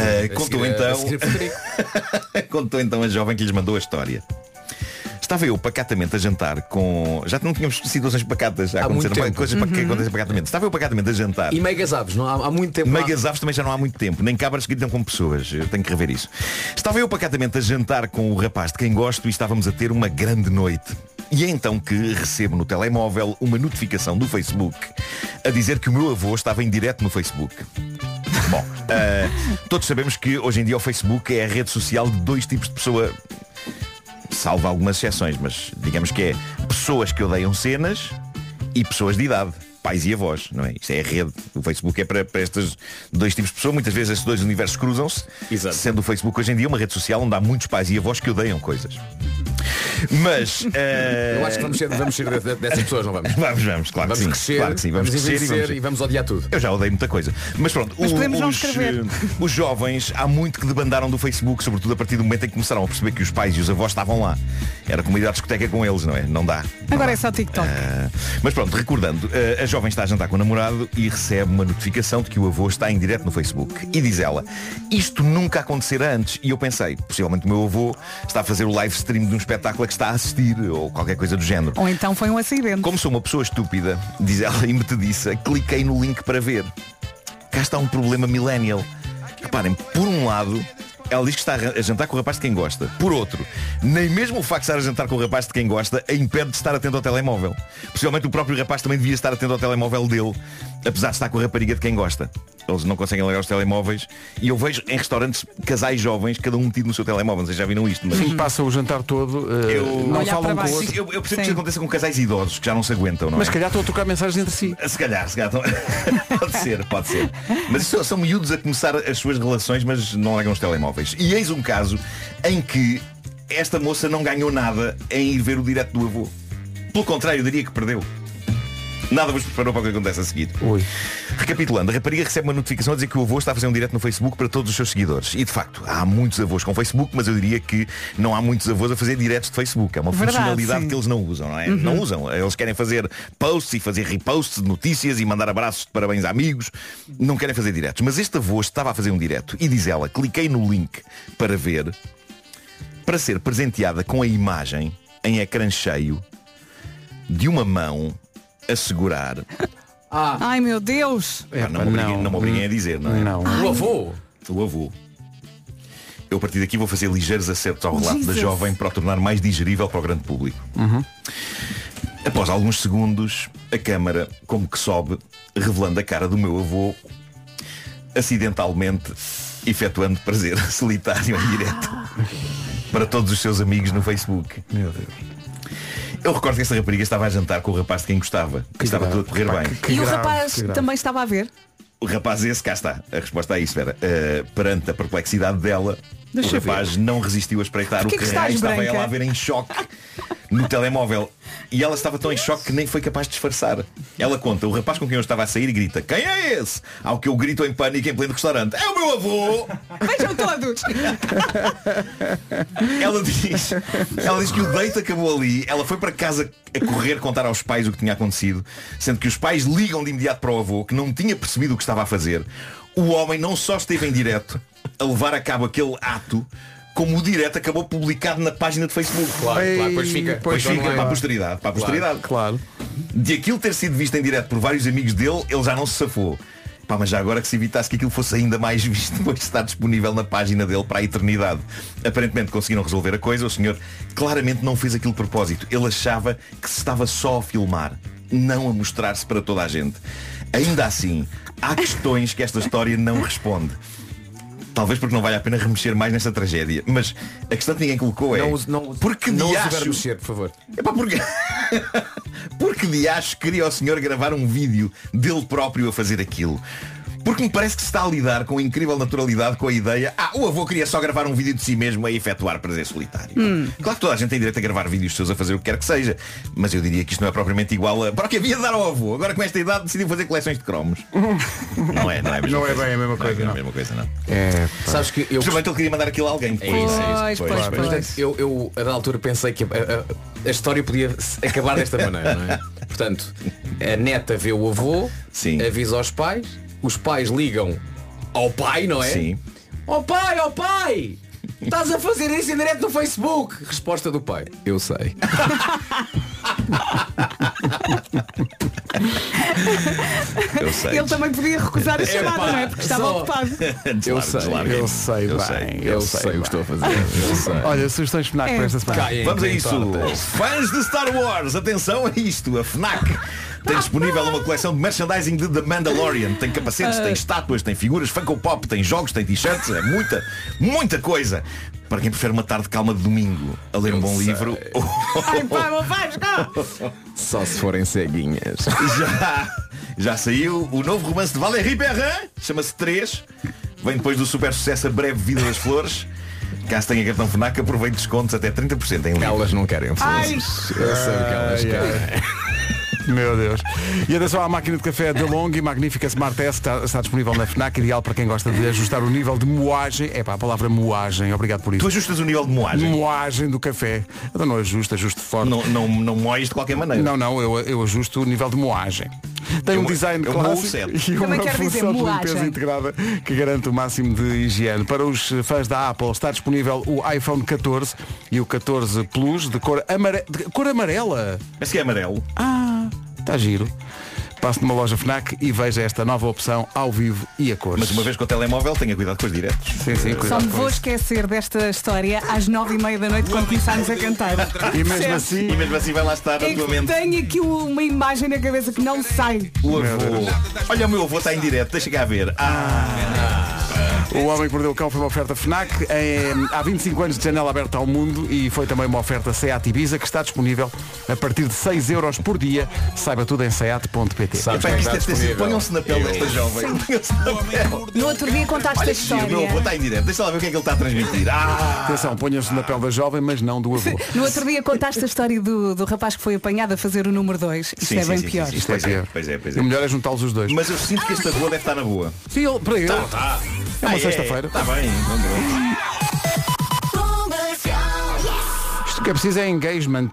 Contou então a jovem que lhes mandou a história. Estava eu pacatamente a jantar com... Já não tínhamos situações pacatas a acontecer, coisas que acontecem pacatamente. Estava eu pacatamente a jantar. E meigas aves, não há muito tempo. Meigas aves também já não há muito tempo. Nem cabras que gritam como pessoas. Eu tenho que rever isso. Estava eu pacatamente a jantar com o rapaz de quem gosto e estávamos a ter uma grande noite. E é então que recebo no telemóvel uma notificação do Facebook a dizer que o meu avô estava em direto no Facebook. Bom, todos sabemos que hoje em dia o Facebook é a rede social de dois tipos de pessoa, salvo algumas exceções, mas digamos que é pessoas que odeiam cenas e pessoas de idade, pais e avós, não é? Isto é a rede. O Facebook é para estes dois tipos de pessoas. Muitas vezes estes dois universos cruzam-se. Exato. Sendo o Facebook hoje em dia uma rede social onde há muitos pais e avós que odeiam coisas. Mas eu acho que vamos ser dessas pessoas, não vamos? Vamos, claro que sim. Crescer, claro que sim. Vamos crescer e vamos odiar tudo. Eu já odeio muita coisa. Mas pronto, os jovens há muito que debandaram do Facebook, sobretudo a partir do momento em que começaram a perceber que os pais e os avós estavam lá. Era como ir à discoteca com eles, não é? Não dá. Agora é só TikTok. Mas pronto, recordando, a jovem está a jantar com o namorado e recebe uma notificação de que o avô está em direto no Facebook. E diz ela, isto nunca acontecera antes. E eu pensei, possivelmente o meu avô está a fazer o live stream de um espetáculo a que está a assistir, ou qualquer coisa do género. Ou então foi um acidente. Como sou uma pessoa estúpida, diz ela e metediça, cliquei no link para ver. Cá está um problema millennial. Reparem, por um lado, ela diz que está a jantar com o rapaz de quem gosta. Por outro, nem mesmo o facto de estar a jantar com o rapaz de quem gosta a impede de estar atento ao telemóvel. Possivelmente o próprio rapaz também devia estar atento ao telemóvel dele, apesar de estar com a rapariga de quem gosta. Eles não conseguem largar os telemóveis. E eu vejo em restaurantes casais jovens, cada um metido no seu telemóvel. Vocês já viram isto? Mas... Sim, passa o jantar todo, não falam com o outro. Eu percebo que isso aconteça com casais idosos que já não se aguentam, não é? Mas se calhar estão a trocar mensagens entre si. Se calhar estão... pode ser. Mas são miúdos a começar as suas relações, mas não largam os telemóveis. E eis um caso em que esta moça não ganhou nada em ir ver o direto do avô. Pelo contrário, eu diria que perdeu. Nada vos preparou para o que acontece a seguir. Oi. Recapitulando, a rapariga recebe uma notificação a dizer que o avô está a fazer um direto no Facebook para todos os seus seguidores. E de facto, há muitos avós com Facebook, mas eu diria que não há muitos avós a fazer diretos de Facebook. É uma funcionalidade que eles não usam, não é? Não usam. Eles querem fazer posts e fazer reposts de notícias e mandar abraços de parabéns a amigos. Não querem fazer diretos. Mas este avô estava a fazer um direto e diz ela, cliquei no link para ver, para ser presenteada com a imagem em ecrã cheio de uma mão a segurar. Ai meu Deus! Não me obriguem a dizer, não é? Não. O avô. O avô. Eu a partir daqui vou fazer ligeiros acertos ao relato da jovem para o tornar mais digerível para o grande público. Após alguns segundos, a câmara como que sobe, revelando a cara do meu avô, acidentalmente efetuando prazer solitário em direto para todos os seus amigos no Facebook. Meu Deus. Eu recordo que esta rapariga estava a jantar com o rapaz de quem gostava, que estava tudo a correr bem. E o rapaz também estava a ver? O rapaz esse, cá está, a resposta a isso, Vera. Perante a perplexidade dela, o rapaz não resistiu a espreitar o que estava ela a ver em choque no telemóvel. E ela estava tão em choque que nem foi capaz de disfarçar. Ela conta, o rapaz com quem eu estava a sair e grita, quem é esse? Ao que eu grito em pânico em pleno restaurante, é o meu avô! Vejam todos! Ela diz que o date acabou ali. Ela foi para casa a correr contar aos pais o que tinha acontecido, sendo que os pais ligam de imediato para o avô, que não tinha percebido o que estava a fazer. O homem não só esteve em direto a levar a cabo aquele ato, como o direto acabou publicado na página de Facebook. Claro, depois fica para a posteridade. Claro. De aquilo ter sido visto em direto por vários amigos dele, ele já não se safou. Mas já agora que se evitasse que aquilo fosse ainda mais visto depois de estar disponível na página dele para a eternidade. Aparentemente conseguiram resolver a coisa. O senhor claramente não fez aquilo de propósito. Ele achava que se estava só a filmar, não a mostrar-se para toda a gente. Ainda assim, há questões que esta história não responde. Talvez porque não vale a pena remexer mais nesta tragédia. Mas a questão que ninguém colocou é porque diacho... mexer, por favor. Porque diacho queria o senhor gravar um vídeo dele próprio a fazer aquilo? Porque me parece que se está a lidar com incrível naturalidade com a ideia, o avô queria só gravar um vídeo de si mesmo a efetuar prazer solitário. Claro que toda a gente tem direito a gravar vídeos seus a fazer o que quer que seja, mas eu diria que isto não é propriamente igual a para o que havia de dar ao avô. Agora com esta idade decidiu fazer coleções de cromos. Não é bem a mesma coisa. Não é a mesma coisa, não. Sabes que eu... Principalmente ele queria mandar aquilo a alguém. Eu a da altura pensei que a história podia acabar desta maneira, não é? Portanto, a neta vê o avô, avisa aos pais, os pais ligam ao pai, não é? Sim. Ó pai! Estás a fazer isso em direto no Facebook? Resposta do pai, eu sei. Eu sei. Ele também podia recusar a chamada, não é? Porque estava ocupado. Eu sei o que estou a fazer. Olha, sugestões FNAC para esta semana. Vamos a isso. Fãs de Star Wars, atenção a isto. A FNAC tem disponível uma coleção de merchandising de The Mandalorian. Tem capacetes, tem estátuas, tem figuras, Funko Pop, tem jogos, tem t-shirts. É muita coisa. Para quem prefere uma tarde calma de domingo a ler um bom livro. Ai, pai, só se forem ceguinhas. Já saiu o novo romance de Valérie Perrin. Chama-se 3. Vem depois do super sucesso A Breve Vida das Flores. Caso tenha cartão FNAC, aproveite descontos até 30% em livro. Elas não querem flores. Eu sei o que elas querem. Meu Deus. E atenção à máquina de café DeLonghi, magnífica Smart S, está disponível na FNAC, ideal para quem gosta de ajustar o nível de moagem. A palavra moagem, obrigado por isso. Tu ajustas o nível de moagem? Moagem do café. Eu não ajusto forte. Não moes de qualquer maneira. Não, eu ajusto o nível de moagem. Tem um design clássico e uma função de limpeza integrada que garante o máximo de higiene. Para os fãs da Apple está disponível o iPhone 14 e o 14 Plus de cor amarela. Esse que é amarelo. Está giro. Passe numa loja FNAC e veja esta nova opção ao vivo e a cores. Mas uma vez com o telemóvel, tenha cuidado com os diretos. Sim, sim, Só cuidado me com vou isso. esquecer desta história às 9h30 da noite quando começarmos a cantar. E mesmo assim vai lá estar É na tua que mente. tenho aqui uma imagem na cabeça que não sai. O avô. Olha, o meu avô está em direto, deixa cá ver. O Homem que Mordeu o Cão foi uma oferta FNAC. Há 25 anos de janela aberta ao mundo e foi também uma oferta SEAT Ibiza que está disponível a partir de 6 euros por dia. Saiba tudo em seat.pt. Ponham-se na pele desta jovem. Ponham-se na pele. No outro dia contaste Olha a que giro, o história. meu avô está em direto. Deixa lá ver o que é que ele está a transmitir. Atenção, ponham-se na pele da jovem, mas não do avô. No outro dia contaste a história do rapaz que foi apanhado a fazer o número 2. Isto é bem pior. Isto é pior. Pois é. O melhor é juntá-los os dois. Mas eu sinto que este avô deve estar na boa. Sim, para ele. Tá. É uma sexta-feira. Está bem. Isto que é preciso é engagement.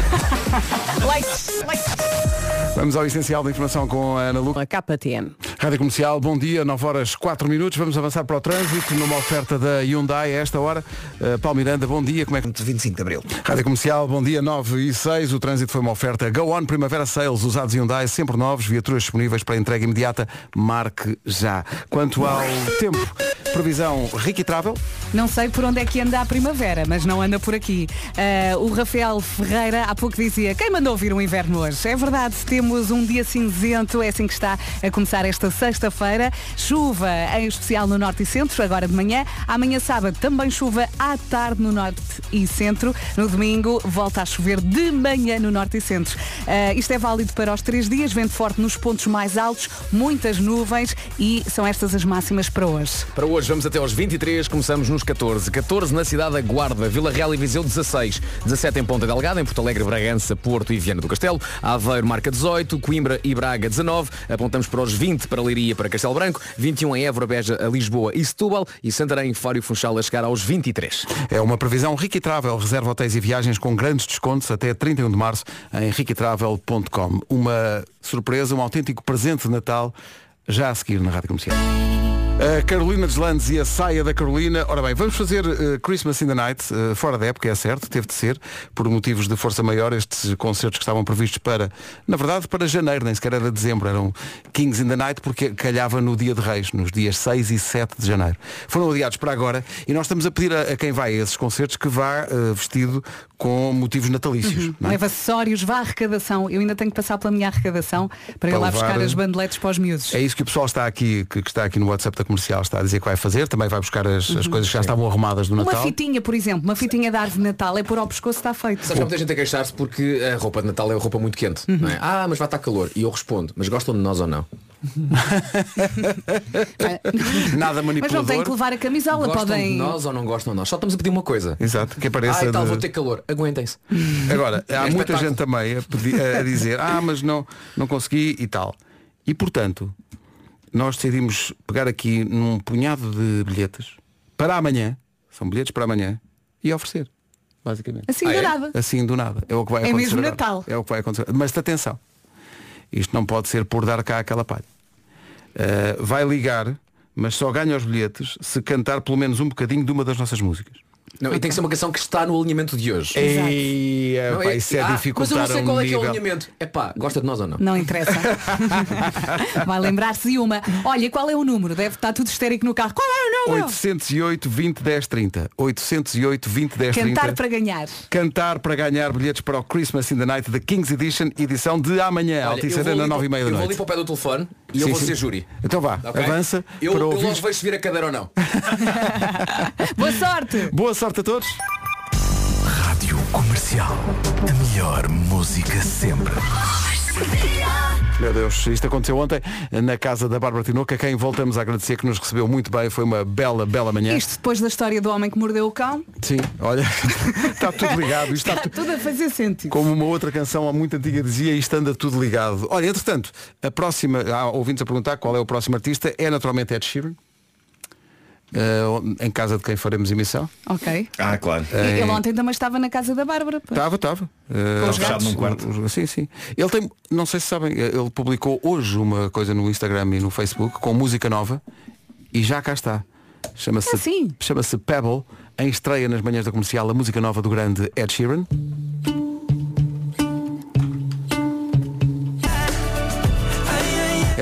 Vamos ao essencial da informação com a Ana Lu. A KTM. Rádio Comercial, bom dia, 9h04. Vamos avançar para o trânsito numa oferta da Hyundai a esta hora. Paulo Miranda, bom dia, como é que... 25 de Abril. Rádio Comercial, bom dia, 9h06. O trânsito foi uma oferta Go On Primavera Sales, usados Hyundai, sempre novos, viaturas disponíveis para entrega imediata. Marque já. Quanto ao tempo, previsão Ricky Travel. Não sei por onde é que anda a primavera, mas não anda por aqui. O Rafael Ferreira há pouco dizia, quem mandou vir um inverno hoje? É verdade, temos um dia cinzento, é assim que está a começar esta sexta-feira. Chuva, em especial no norte e centro, agora de manhã. Amanhã sábado também chuva à tarde no norte e centro. No domingo volta a chover de manhã no norte e centro. Isto é válido para os 3 dias, vento forte nos pontos mais altos, muitas nuvens e são estas as máximas para hoje. Para hoje vamos até aos 23, começamos nos 14. 14 na cidade da Guarda, Vila Real e Viseu 16. 17 em Ponta Delgada, em Porto Alegre, Bragança, Porto e Viana do Castelo. Aveiro marca 18, Coimbra e Braga 19. Apontamos para os 20 para Leiria, para Castelo Branco. 21 em Évora, Beja, Lisboa e Setúbal. E Santarém, Faro e Funchal a chegar aos 23. É uma previsão Ricky Travel, reserva hotéis e viagens com grandes descontos até 31 de março em riquitravel.com. Uma surpresa, um autêntico presente de Natal, já a seguir na Rádio Comercial. A Carolina Deslandes e a saia da Carolina. Ora bem, vamos fazer Christmas in the Night, fora da época, é certo, teve de ser, por motivos de força maior, estes concertos que estavam previstos para, na verdade, para janeiro, nem sequer era dezembro, eram Kings in the Night, porque calhava no dia de Reis, nos dias 6 e 7 de janeiro. Foram adiados para agora e nós estamos a pedir a quem vai a esses concertos que vá vestido com motivos natalícios. Não é? Leva acessórios, vá à arrecadação. Eu ainda tenho que passar pela minha arrecadação para ir lá levar... buscar as bandeletes para os miúdos. É isso que o pessoal está aqui, que está aqui no WhatsApp da Comercial, está a dizer que vai fazer, também vai buscar as coisas que já estavam arrumadas no Natal. Uma fitinha, por exemplo, uma fitinha de árvore de Natal, é pôr ao pescoço, está feito. Sabes que há muita gente a queixar-se porque a roupa de Natal é roupa muito quente. Não é? Mas vai estar calor. E eu respondo, mas gostam de nós ou não? Nada manipulador. Mas não tem que levar a camisola, Gostam podem... de nós ou não gostam de nós? Só estamos a pedir uma coisa. Exato, que apareça e tal, de... vou ter calor. Aguentem-se. Agora, há muita gente também a dizer mas não consegui e tal. E portanto, nós decidimos pegar aqui num punhado de bilhetes para amanhã, são bilhetes para amanhã, e oferecer, basicamente. Assim do nada. Assim do nada. É o que vai acontecer. É mesmo agora. Natal. É o que vai acontecer. Mas atenção, isto não pode ser por dar cá aquela palha. Vai ligar, mas só ganha os bilhetes se cantar pelo menos um bocadinho de uma das nossas músicas. Não, e tem que ser uma canção que está no alinhamento de hoje. Isso é dificultar. Mas eu não sei qual é que é o nível. alinhamento. Gosta de nós ou não? Não interessa. Vai lembrar-se de uma. Olha, qual é o número? Deve estar tudo histérico no carro. Qual é o número? 808 20 10 30. 808 20 10 30. Cantar para ganhar. Cantar para ganhar bilhetes para o Christmas in the Night da Kings Edition, edição de amanhã, Altice Arena, 9h30 da noite. Eu vou ali para o pé do telefone e eu vou ser júri. Então vá, Okay? avança. Eu para logo vejo se vir a cadeira ou não. Boa sorte. Boa sorte a todos. Rádio Comercial. A melhor música sempre. Meu Deus, isto aconteceu ontem na casa da Bárbara Tinoco, a quem voltamos a agradecer, que nos recebeu muito bem. Foi uma bela manhã. Isto depois da história do homem que mordeu o cão. Sim, olha, está tudo ligado. Isto Está tudo a fazer sentido. Como uma outra canção muito antiga dizia, isto anda tudo ligado. Olha, entretanto, a próxima, há ouvintes a perguntar qual é o próximo artista, é naturalmente Ed Sheeran. Em casa de quem faremos emissão. Ok. Claro. Ele ontem também estava na casa da Bárbara. Estava. Fechado num quarto. Sim. Ele tem, não sei se sabem, ele publicou hoje uma coisa no Instagram e no Facebook com música nova e já cá está. Chama-se Pebble, em estreia nas manhãs da Comercial, a música nova do grande Ed Sheeran.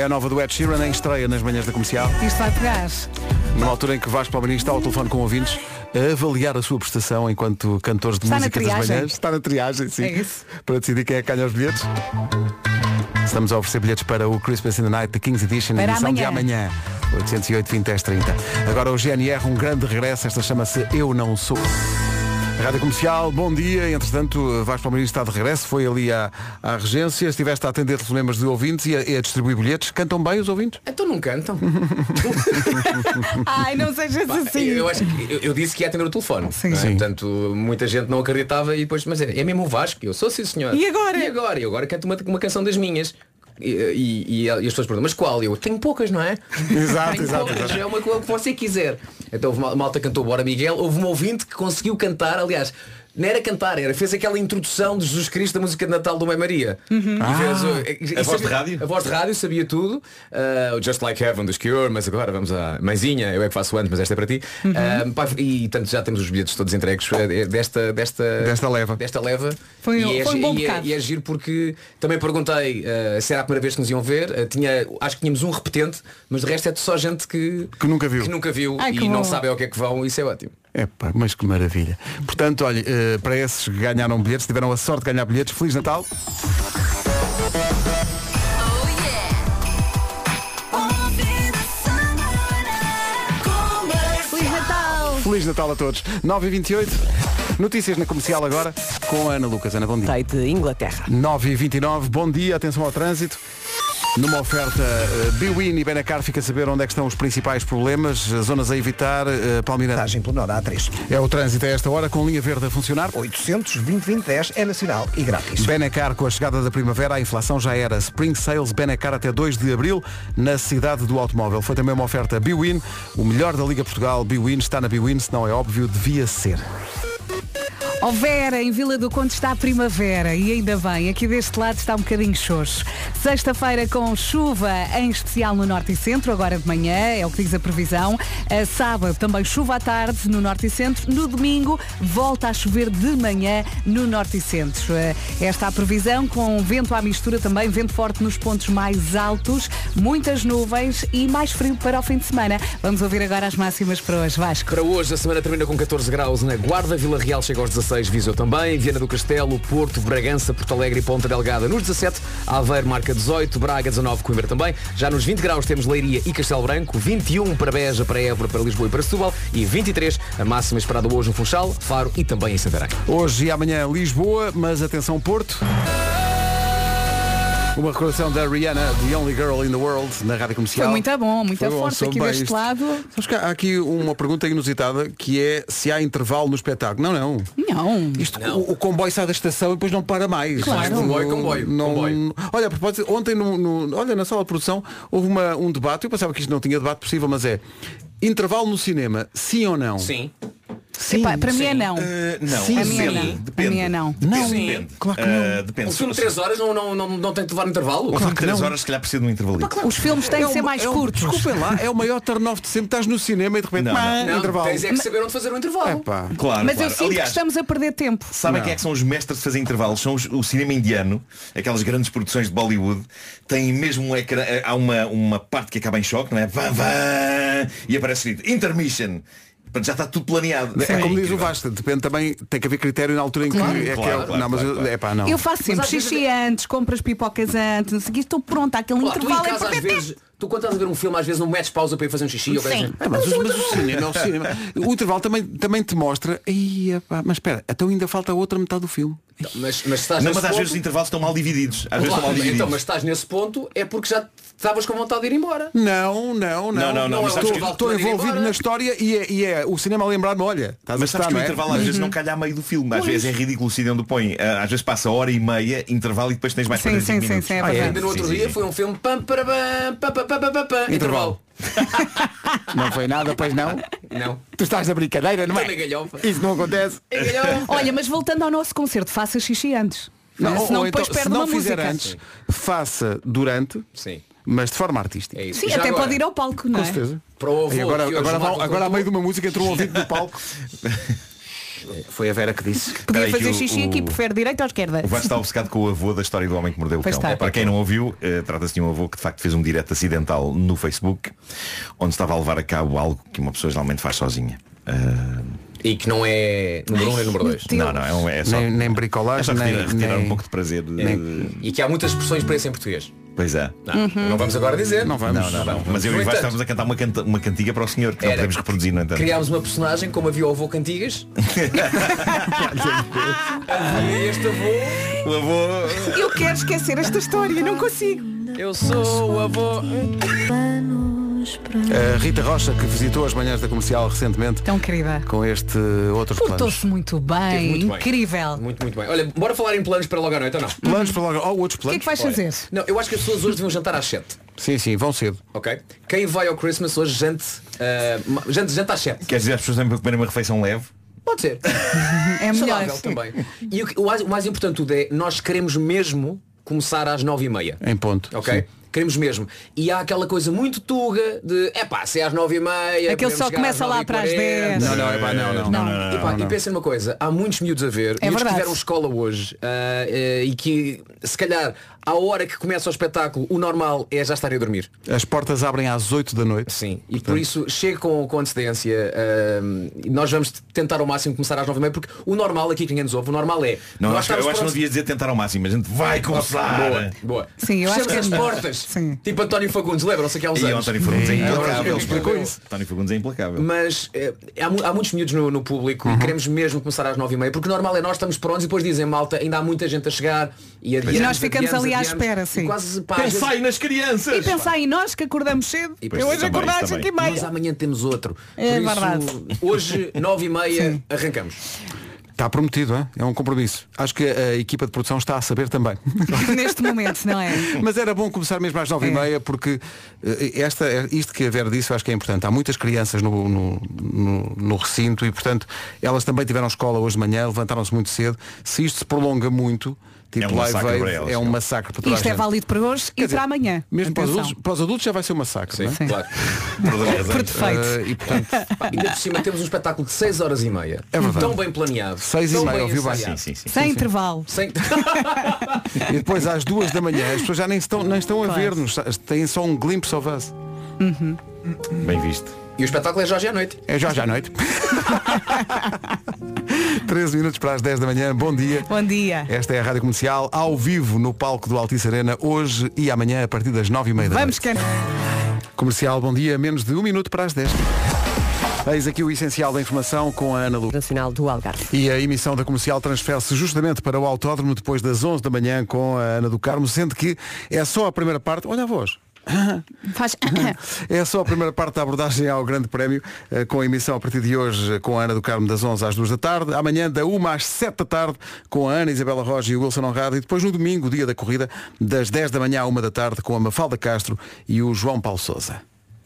a nova do Ed Sheeran em estreia nas manhãs da Comercial. Isto vai pegar. Numa altura em que Vasco Palmeirinho está ao telefone com ouvintes a avaliar a sua prestação enquanto cantores de música das manhãs. Está na triagem, sim. É isso. Para decidir quem é que ganha os bilhetes. Estamos a oferecer bilhetes para o Christmas in the Night, The King's Edition, para edição amanhã. de amanhã. 808 20 10 30. Agora o GNR, um grande regresso. Esta chama-se Eu Não Sou. Rádio Comercial, bom dia. Entretanto, Vasco Palmeirinho está de regresso. Foi ali à regência. Estiveste a atender telefonemas de ouvintes e a distribuir bilhetes. Cantam bem os ouvintes? Então não cantam. Ai, não sejas assim. Eu disse que ia atender o telefone. Sim. Não é? Sim. Portanto, muita gente não acreditava e depois, mas é mesmo o Vasco. Eu sou sim, senhor. E agora? E agora canto uma canção das minhas. E as pessoas perguntam, mas qual? Eu tenho poucas, não é? Exato, Tenho exato, poucas, exato. é uma que você quiser. Então houve malta cantou Bora Miguel, houve um ouvinte que conseguiu cantar, aliás, não era cantar, fez aquela introdução de Jesus Cristo da música de Natal do Mãe Maria. A voz de rádio? A voz de rádio sabia tudo. Just Like Heaven dos Cure, mas agora vamos à Mãezinha, eu é que faço antes, mas esta é para ti. E tanto já temos os bilhetes todos entregues desta leva. Foi e um bom bocado. E é giro porque também perguntei se era a primeira vez que nos iam ver. Acho que tínhamos um repetente, mas de resto é só gente que nunca viu. Ai, e que não bom. sabe ao que é que vão. Isso é ótimo. Epá, mas que maravilha. Portanto, olha, para esses que ganharam bilhetes, tiveram a sorte de ganhar bilhetes, Feliz Natal. Feliz Natal! Feliz Natal a todos. 9h28. Notícias na Comercial agora com a Ana Lucas. Ana, bom dia. Rei de Inglaterra. 9h29, bom dia, atenção ao trânsito. Numa oferta Biwin e Benacar, fica a saber onde é que estão os principais problemas, zonas a evitar, Palmeirante. Passagem pelo Nó, A3. É o trânsito a esta hora, com linha verde a funcionar. 800-2020-10 é nacional e grátis. Benacar, com a chegada da primavera, a inflação já era. Spring Sales Benacar até 2 de abril, na cidade do automóvel. Foi também uma oferta Biwin, o melhor da Liga Portugal. Biwin está na Biwin, se não é óbvio, devia ser. Ó Vera, em Vila do Conde está a primavera e ainda bem, aqui deste lado está um bocadinho xoxo. Sexta-feira com chuva, em especial no Norte e Centro, agora de manhã, é o que diz a previsão. Sábado também chuva à tarde no Norte e Centro. No domingo volta a chover de manhã no Norte e Centro. Esta é a previsão, com vento à mistura também, vento forte nos pontos mais altos, muitas nuvens e mais frio para o fim de semana. Vamos ouvir agora as máximas para hoje, Vasco. Para hoje a semana termina com 14 graus na Guarda, Vila Real chega aos 16, Viseu também, Viana do Castelo, Porto, Bragança, Porto Alegre e Ponta Delgada nos 17, Aveiro marca 18, Braga 19, Coimbra também. Já nos 20 graus temos Leiria e Castelo Branco, 21 para Beja, para Évora, para Lisboa e para Setúbal e 23 a máxima esperada hoje no Funchal, Faro e também em Santarém. Hoje e amanhã Lisboa, mas atenção Porto. Uma recordação da Rihanna, The Only Girl in the World, na Rádio Comercial. Foi muito bom, muito Foi bom, forte soube aqui bem deste isto. lado. Sabes que há aqui uma pergunta inusitada, que é se há intervalo no espetáculo. Não. Não. Isto, o comboio sai da estação e depois não para mais. Claro. Isto Comboio. Olha, a propósito, ontem olha, na sala de produção houve um debate, eu pensava que isto não tinha debate possível, mas é intervalo no cinema, sim ou não? Sim. Sim. Epá, para mim é não. Não, Sim, a minha depende, não. depende. A minha não. Não, Depende. claro que não. Depende. Um filme de 3 horas não tem de levar no intervalo? Um filme de 3 não. horas se calhar precisa de um intervalo. Os filmes têm de ser mais curtos. Desculpem lá, é o maior turn-off de sempre. Estás no cinema e de repente, Não, intervalo. tens é que saber onde fazer o intervalo. Epá. Claro, Mas claro. eu sinto Aliás, que estamos a perder tempo. sabem quem é que são os mestres de fazer intervalos? São o cinema indiano, aquelas grandes produções de Bollywood. Tem mesmo um ecrã, há uma parte que acaba em choque, não é? Vá, e aparece escrito Intermission. Portanto, já está tudo planeado. É como diz incrível. o Vasco, depende também, tem que haver critério na altura em que é que é. Não, mas não. Eu faço sempre Mas às xixi antes, compro as pipocas antes, não sei o que, estou pronta, aquele Olá, tu em intervalo é casa às perfeito. vezes, tu quando estás a ver um filme às vezes não metes pausa para ir fazer um xixi ou coisa Sim. assim. Mas o cinema é o cinema. O intervalo também te mostra. Mas espera, então ainda falta a outra metade do filme. Mas se estás Não, nesse mas às ponto, vezes os intervalos estão mal divididos. Às vezes estão mal divididos. então, mas estás nesse ponto é porque já estavas com vontade de ir embora. Não, Não. mas sabes que- Estou envolvido na história e é o cinema a lembrar-me, olha, estás Mas a sabes gostar, que o não é? intervalo às vezes não calha a meio do filme. Às vezes é ridículo o sítio onde o põe. Às vezes passa hora e meia, intervalo e depois tens mais Sim, 45 sim, minutos. sim, é Ah, é? Ainda no outro Sim, dia sim. foi um filme pam, para, pam, intervalo. Não foi nada, pois não? Não. Tu estás na brincadeira, não é? Estou na galhofa. Isso não acontece. Olha, mas voltando ao nosso concerto, faça xixi antes. Senão ou depois então, perde se não uma fizer música. antes, faça durante, Sim. mas de forma artística. É isso. Sim, E já até agora, pode ir ao palco, não Com é? certeza. Para o avô E agora, que hoje agora, o Marco agora a contou. meio de uma música entrou um ouvinte no palco. Foi a Vera que disse. Podia Peraí, fazer que xixi aqui, prefere direita ou esquerda? O Vasco está obcecado com o avô da história do homem que mordeu o Pois cão. está. Para quem não ouviu, trata-se de um avô que de facto fez um direto acidental no Facebook, onde estava a levar a cabo algo que uma pessoa geralmente faz sozinha. E que não é número 1 nem número 2. Não, é só. Nem bricolagem, é só retirar nem- um pouco de prazer. E que há muitas expressões para isso em português. Pois é. Não vamos agora dizer. Não vamos. Não. Mas eu e No o Vasco entanto, estávamos a cantar uma cantiga para o senhor, que não Era. podemos reproduzir, no entanto. criámos uma personagem, como havia o avô Cantigas. Havia este avô. O avô. Eu quero esquecer esta história, não consigo. Eu sou o avô. A Rita Rocha, que visitou as manhãs da Comercial recentemente, Tão querida. com este outros planos. Portou-se muito bem, Muito bem. incrível. Muito bem. Olha, bora falar em planos para logo à noite, ou não? Planos para logo. Outros O que planos. é que vais Olha, fazer? Não, eu acho que as pessoas hoje deviam jantar às 7. Sim, vão cedo. Ok? Quem vai ao Christmas hoje jante às 7. Quer dizer, as pessoas também para comerem uma refeição leve? Pode ser. É melhor. Saudável também. E o mais importante de tudo é, nós queremos mesmo começar às 9h30. Em ponto. Ok? Sim. Queremos mesmo. E há aquela coisa muito tuga de se é às 9h30. Aquele só começa lá para as 10. E pensem numa coisa, há muitos miúdos a ver, miúdos que verdade. tiveram escola hoje e que se calhar à hora que começa o espetáculo o normal é já estarem a dormir. As portas abrem às 8 da noite. Sim, e por isso chegue com antecedência. Nós vamos tentar ao máximo começar às 9h30, porque o normal aqui que ninguém nos ouve, o normal é. Não, nós eu acho que estamos não devias dizer tentar ao máximo, a gente vai começar. Boa. Sim, eu acho que é as melhor. portas. Sim. Tipo António Fagundes, lembram-se aqui há uns E o anos. António Fagundes é implacável. ele explicou isso. António Fagundes é implacável. Mas há muitos miúdos no público e queremos mesmo começar às 9h30, porque o normal é nós estamos prontos e depois dizem, malta, ainda há muita gente a chegar e adiamos, E nós ficamos ali à espera, sim. E quase, pá, às vezes- Pensai nas crianças! E pensar em nós que acordamos cedo. Pois, Eu hoje também, acordar às também. 5h30. Mas amanhã temos outro. É Por isso, verdade. hoje, 9h30, arrancamos. Está prometido, hein? É um compromisso. Acho que a equipa de produção está a saber também. Neste momento, não é? Mas era bom começar mesmo às 9h30 porque isto que a Vera disse eu acho que é importante. Há muitas crianças no recinto e portanto elas também tiveram escola hoje de manhã, levantaram-se muito cedo. Se isto se prolonga muito, tipo É um Live massacre Aid, para elas, é um sim. massacre para toda Isto a é gente. válido para hoje e para amanhã. Mesmo Atenção. para os adultos já vai ser um massacre, não é? Claro. Por defeito. E portanto, Ainda por cima temos um espetáculo de 6h30. É verdade. Tão bem planeado. 6h30, tão bem ouviu bem? ensaiado. Sim. Sem intervalo. Sem... e depois às 2 da manhã as pessoas já nem estão a Claro. ver-nos, têm só um glimpse of us. Bem visto. E o espetáculo é já hoje à noite. É já à noite. 13 minutos para as 10 da manhã, bom dia. Bom dia. Esta é a Rádio Comercial, ao vivo no palco do Altice Arena, hoje e amanhã a partir das 9h30 da Vamos noite. que Comercial, bom dia, menos de 1 minuto para as 10. Eis aqui o essencial da informação com a Ana Lu. Nacional do Algarve. E a emissão da Comercial transfere-se justamente para o autódromo depois das 11 da manhã com a Ana do Carmo, sendo que é só a primeira parte. Olha a voz. Faz. É só a primeira parte da abordagem ao Grande Prémio, com a emissão a partir de hoje com a Ana do Carmo das 11 às 2 da tarde, amanhã da 1 às 7 da tarde com a Ana Isabela Roja e o Wilson Honrado e depois no domingo, dia da corrida, das 10 da manhã à 1 da tarde com a Mafalda Castro e o João Paulo Sousa.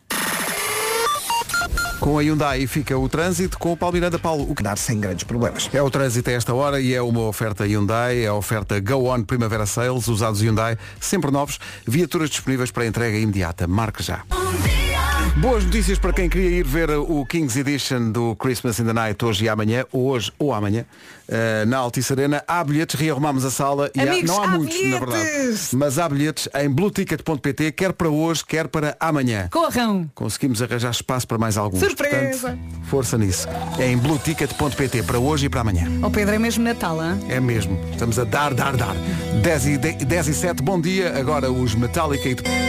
Com a Hyundai fica o trânsito, com o Paulo Miranda. Paulo, o que Dar sem grandes problemas. é o trânsito a esta hora e é uma oferta Hyundai, é a oferta Go On Primavera Sales, usados Hyundai, sempre novos, viaturas disponíveis para entrega imediata. Marque já. Boas notícias para quem queria ir ver o King's Edition do Christmas in the Night hoje e amanhã, hoje ou amanhã, na Altice Arena. Há bilhetes, rearrumámos a sala e Amigos, não há há muitos, na bilhetes! verdade. Mas há bilhetes em blueticket.pt, quer para hoje, quer para amanhã. Corram. Conseguimos arranjar espaço para mais alguns. Surpresa! Portanto, força nisso. É em blueticket.pt para hoje e para amanhã. O Pedro é mesmo Natal, hein? É mesmo. Estamos a dar. 10 e 7, bom dia. Agora os Metallica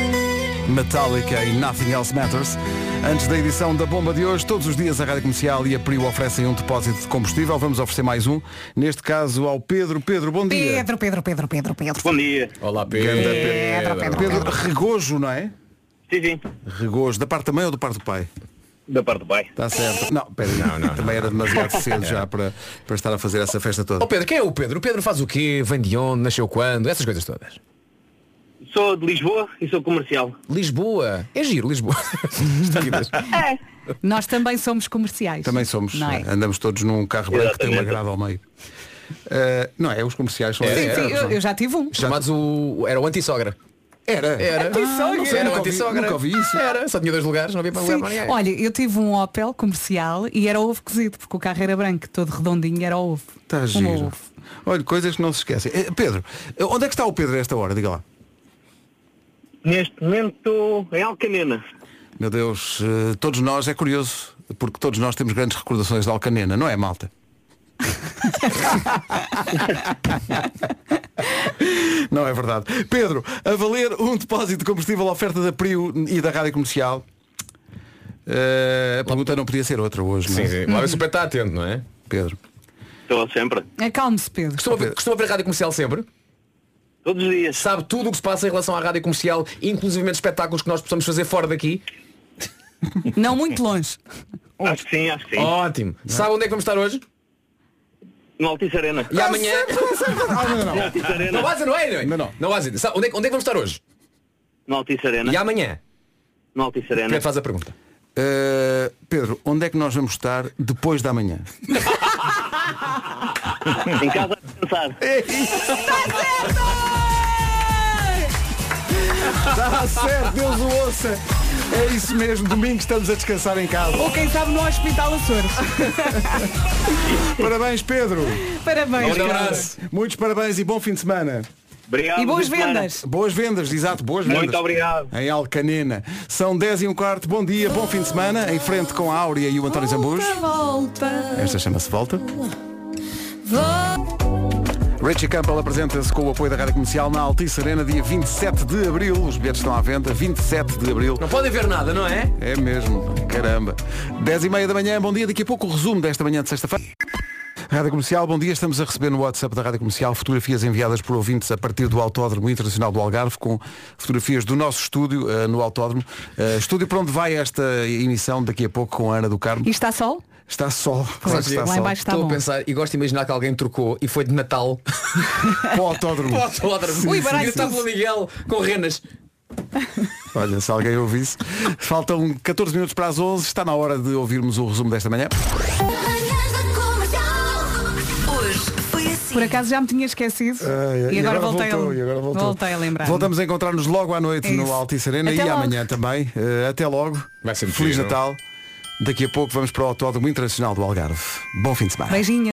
e Nothing Else Matters. Antes da edição da bomba de hoje, todos os dias a Rádio Comercial e a Prio oferecem um depósito de combustível. Vamos oferecer mais um. Neste caso ao Pedro. Pedro, bom dia. Pedro. Bom dia. Olá, Pedro Regojo, não é? Sim. Regojo. Da parte da mãe ou da parte do pai? Da parte do pai. Está certo. Não, pera, não. Também era demasiado cedo já para estar a fazer essa festa toda. Ó Pedro, quem é o Pedro? O Pedro faz o quê? Vem de onde? Nasceu quando? Essas coisas todas. Sou de Lisboa e sou comercial. Lisboa. É giro, Lisboa. Nós também somos comerciais. Também somos. Não é? Andamos todos num carro branco que tem uma grade ao meio. Não é? Os comerciais são Sim, eu já tive um. Chamados era o anti-sogra. Era. Não sei, era nunca antissogra. ouvi isso. Era, só tinha 2 lugares, não havia para lugar Sim. para ninguém. Olha, eu tive um Opel comercial e era ovo cozido, porque o carro era branco, todo redondinho, era ovo. Está giro. Ovo. Olha, coisas que não se esquecem. Pedro, onde é que está o Pedro a esta hora? Diga lá. Neste momento em Alcanena. Meu Deus, todos nós, é curioso, porque todos nós temos grandes recordações de Alcanena, não é, malta? Não é verdade. Pedro, a valer um depósito de combustível, oferta da Prio e da Rádio Comercial. A pergunta não podia ser outra hoje, não é? Sim. Lá o super está atento, não é? Pedro. Estou sempre. Acalme-se, Pedro. Costuma ver Rádio Comercial sempre? Todos os dias. Sabe tudo o que se passa em relação à Rádio Comercial, inclusive espetáculos que nós possamos fazer fora daqui? Não muito longe. Acho que sim. Ótimo. Sabe onde é que vamos estar hoje? No Altice Arena. E amanhã? No Altice Arena. Não vai dizer, não é? Não vai dizer. Sabe, onde é que vamos estar hoje? No Altice Arena. E amanhã? No Altice Arena. Quem faz a pergunta? Pedro, onde é que nós vamos estar depois da manhã? Em casa a pensar. Está certo, Deus o ouça. É isso mesmo, domingo estamos a descansar em casa. Ou quem sabe no Hospital Açores. Parabéns, Pedro. Parabéns. Um abraço. Muitos parabéns e bom fim de semana. Obrigado. E boas vendas. Boas vendas, exato, boas vendas. Muito obrigado. Em Alcanena. São 10h15, bom dia, bom fim de semana. Em frente com a Áurea e o António Zambujo. Esta chama-se Volta. Richie Campbell apresenta-se com o apoio da Rádio Comercial na Altice Arena, dia 27 de Abril. Os bilhetes estão à venda, 27 de Abril. Não podem ver nada, não é? É mesmo, caramba. 10h30 da manhã, bom dia. Daqui a pouco o resumo desta manhã de sexta-feira. Rádio Comercial, bom dia. Estamos a receber no WhatsApp da Rádio Comercial fotografias enviadas por ouvintes a partir do Autódromo Internacional do Algarve, com fotografias do nosso estúdio no Autódromo. Estúdio para onde vai esta emissão daqui a pouco com a Ana do Carmo. E está sol? Está sol. Claro que está lá embaixo está Estou bom. a pensar e gosto de imaginar que alguém trocou e foi de Natal para o Autódromo. Para o Autódromo. Ui, E barato. está pelo Miguel com renas. Olha, se alguém ouvisse. Faltam 14 minutos para as 11. Está na hora de ouvirmos o resumo desta manhã. Hoje foi assim. Por acaso já me tinha esquecido. E agora voltei a lembrar. Voltamos a encontrar-nos logo à noite no Altice Arena Até e logo. amanhã também. Até logo. Vai ser muito Feliz giro. Natal. Daqui a pouco vamos para o Autódromo Internacional do Algarve. Bom fim de semana. Beijinho.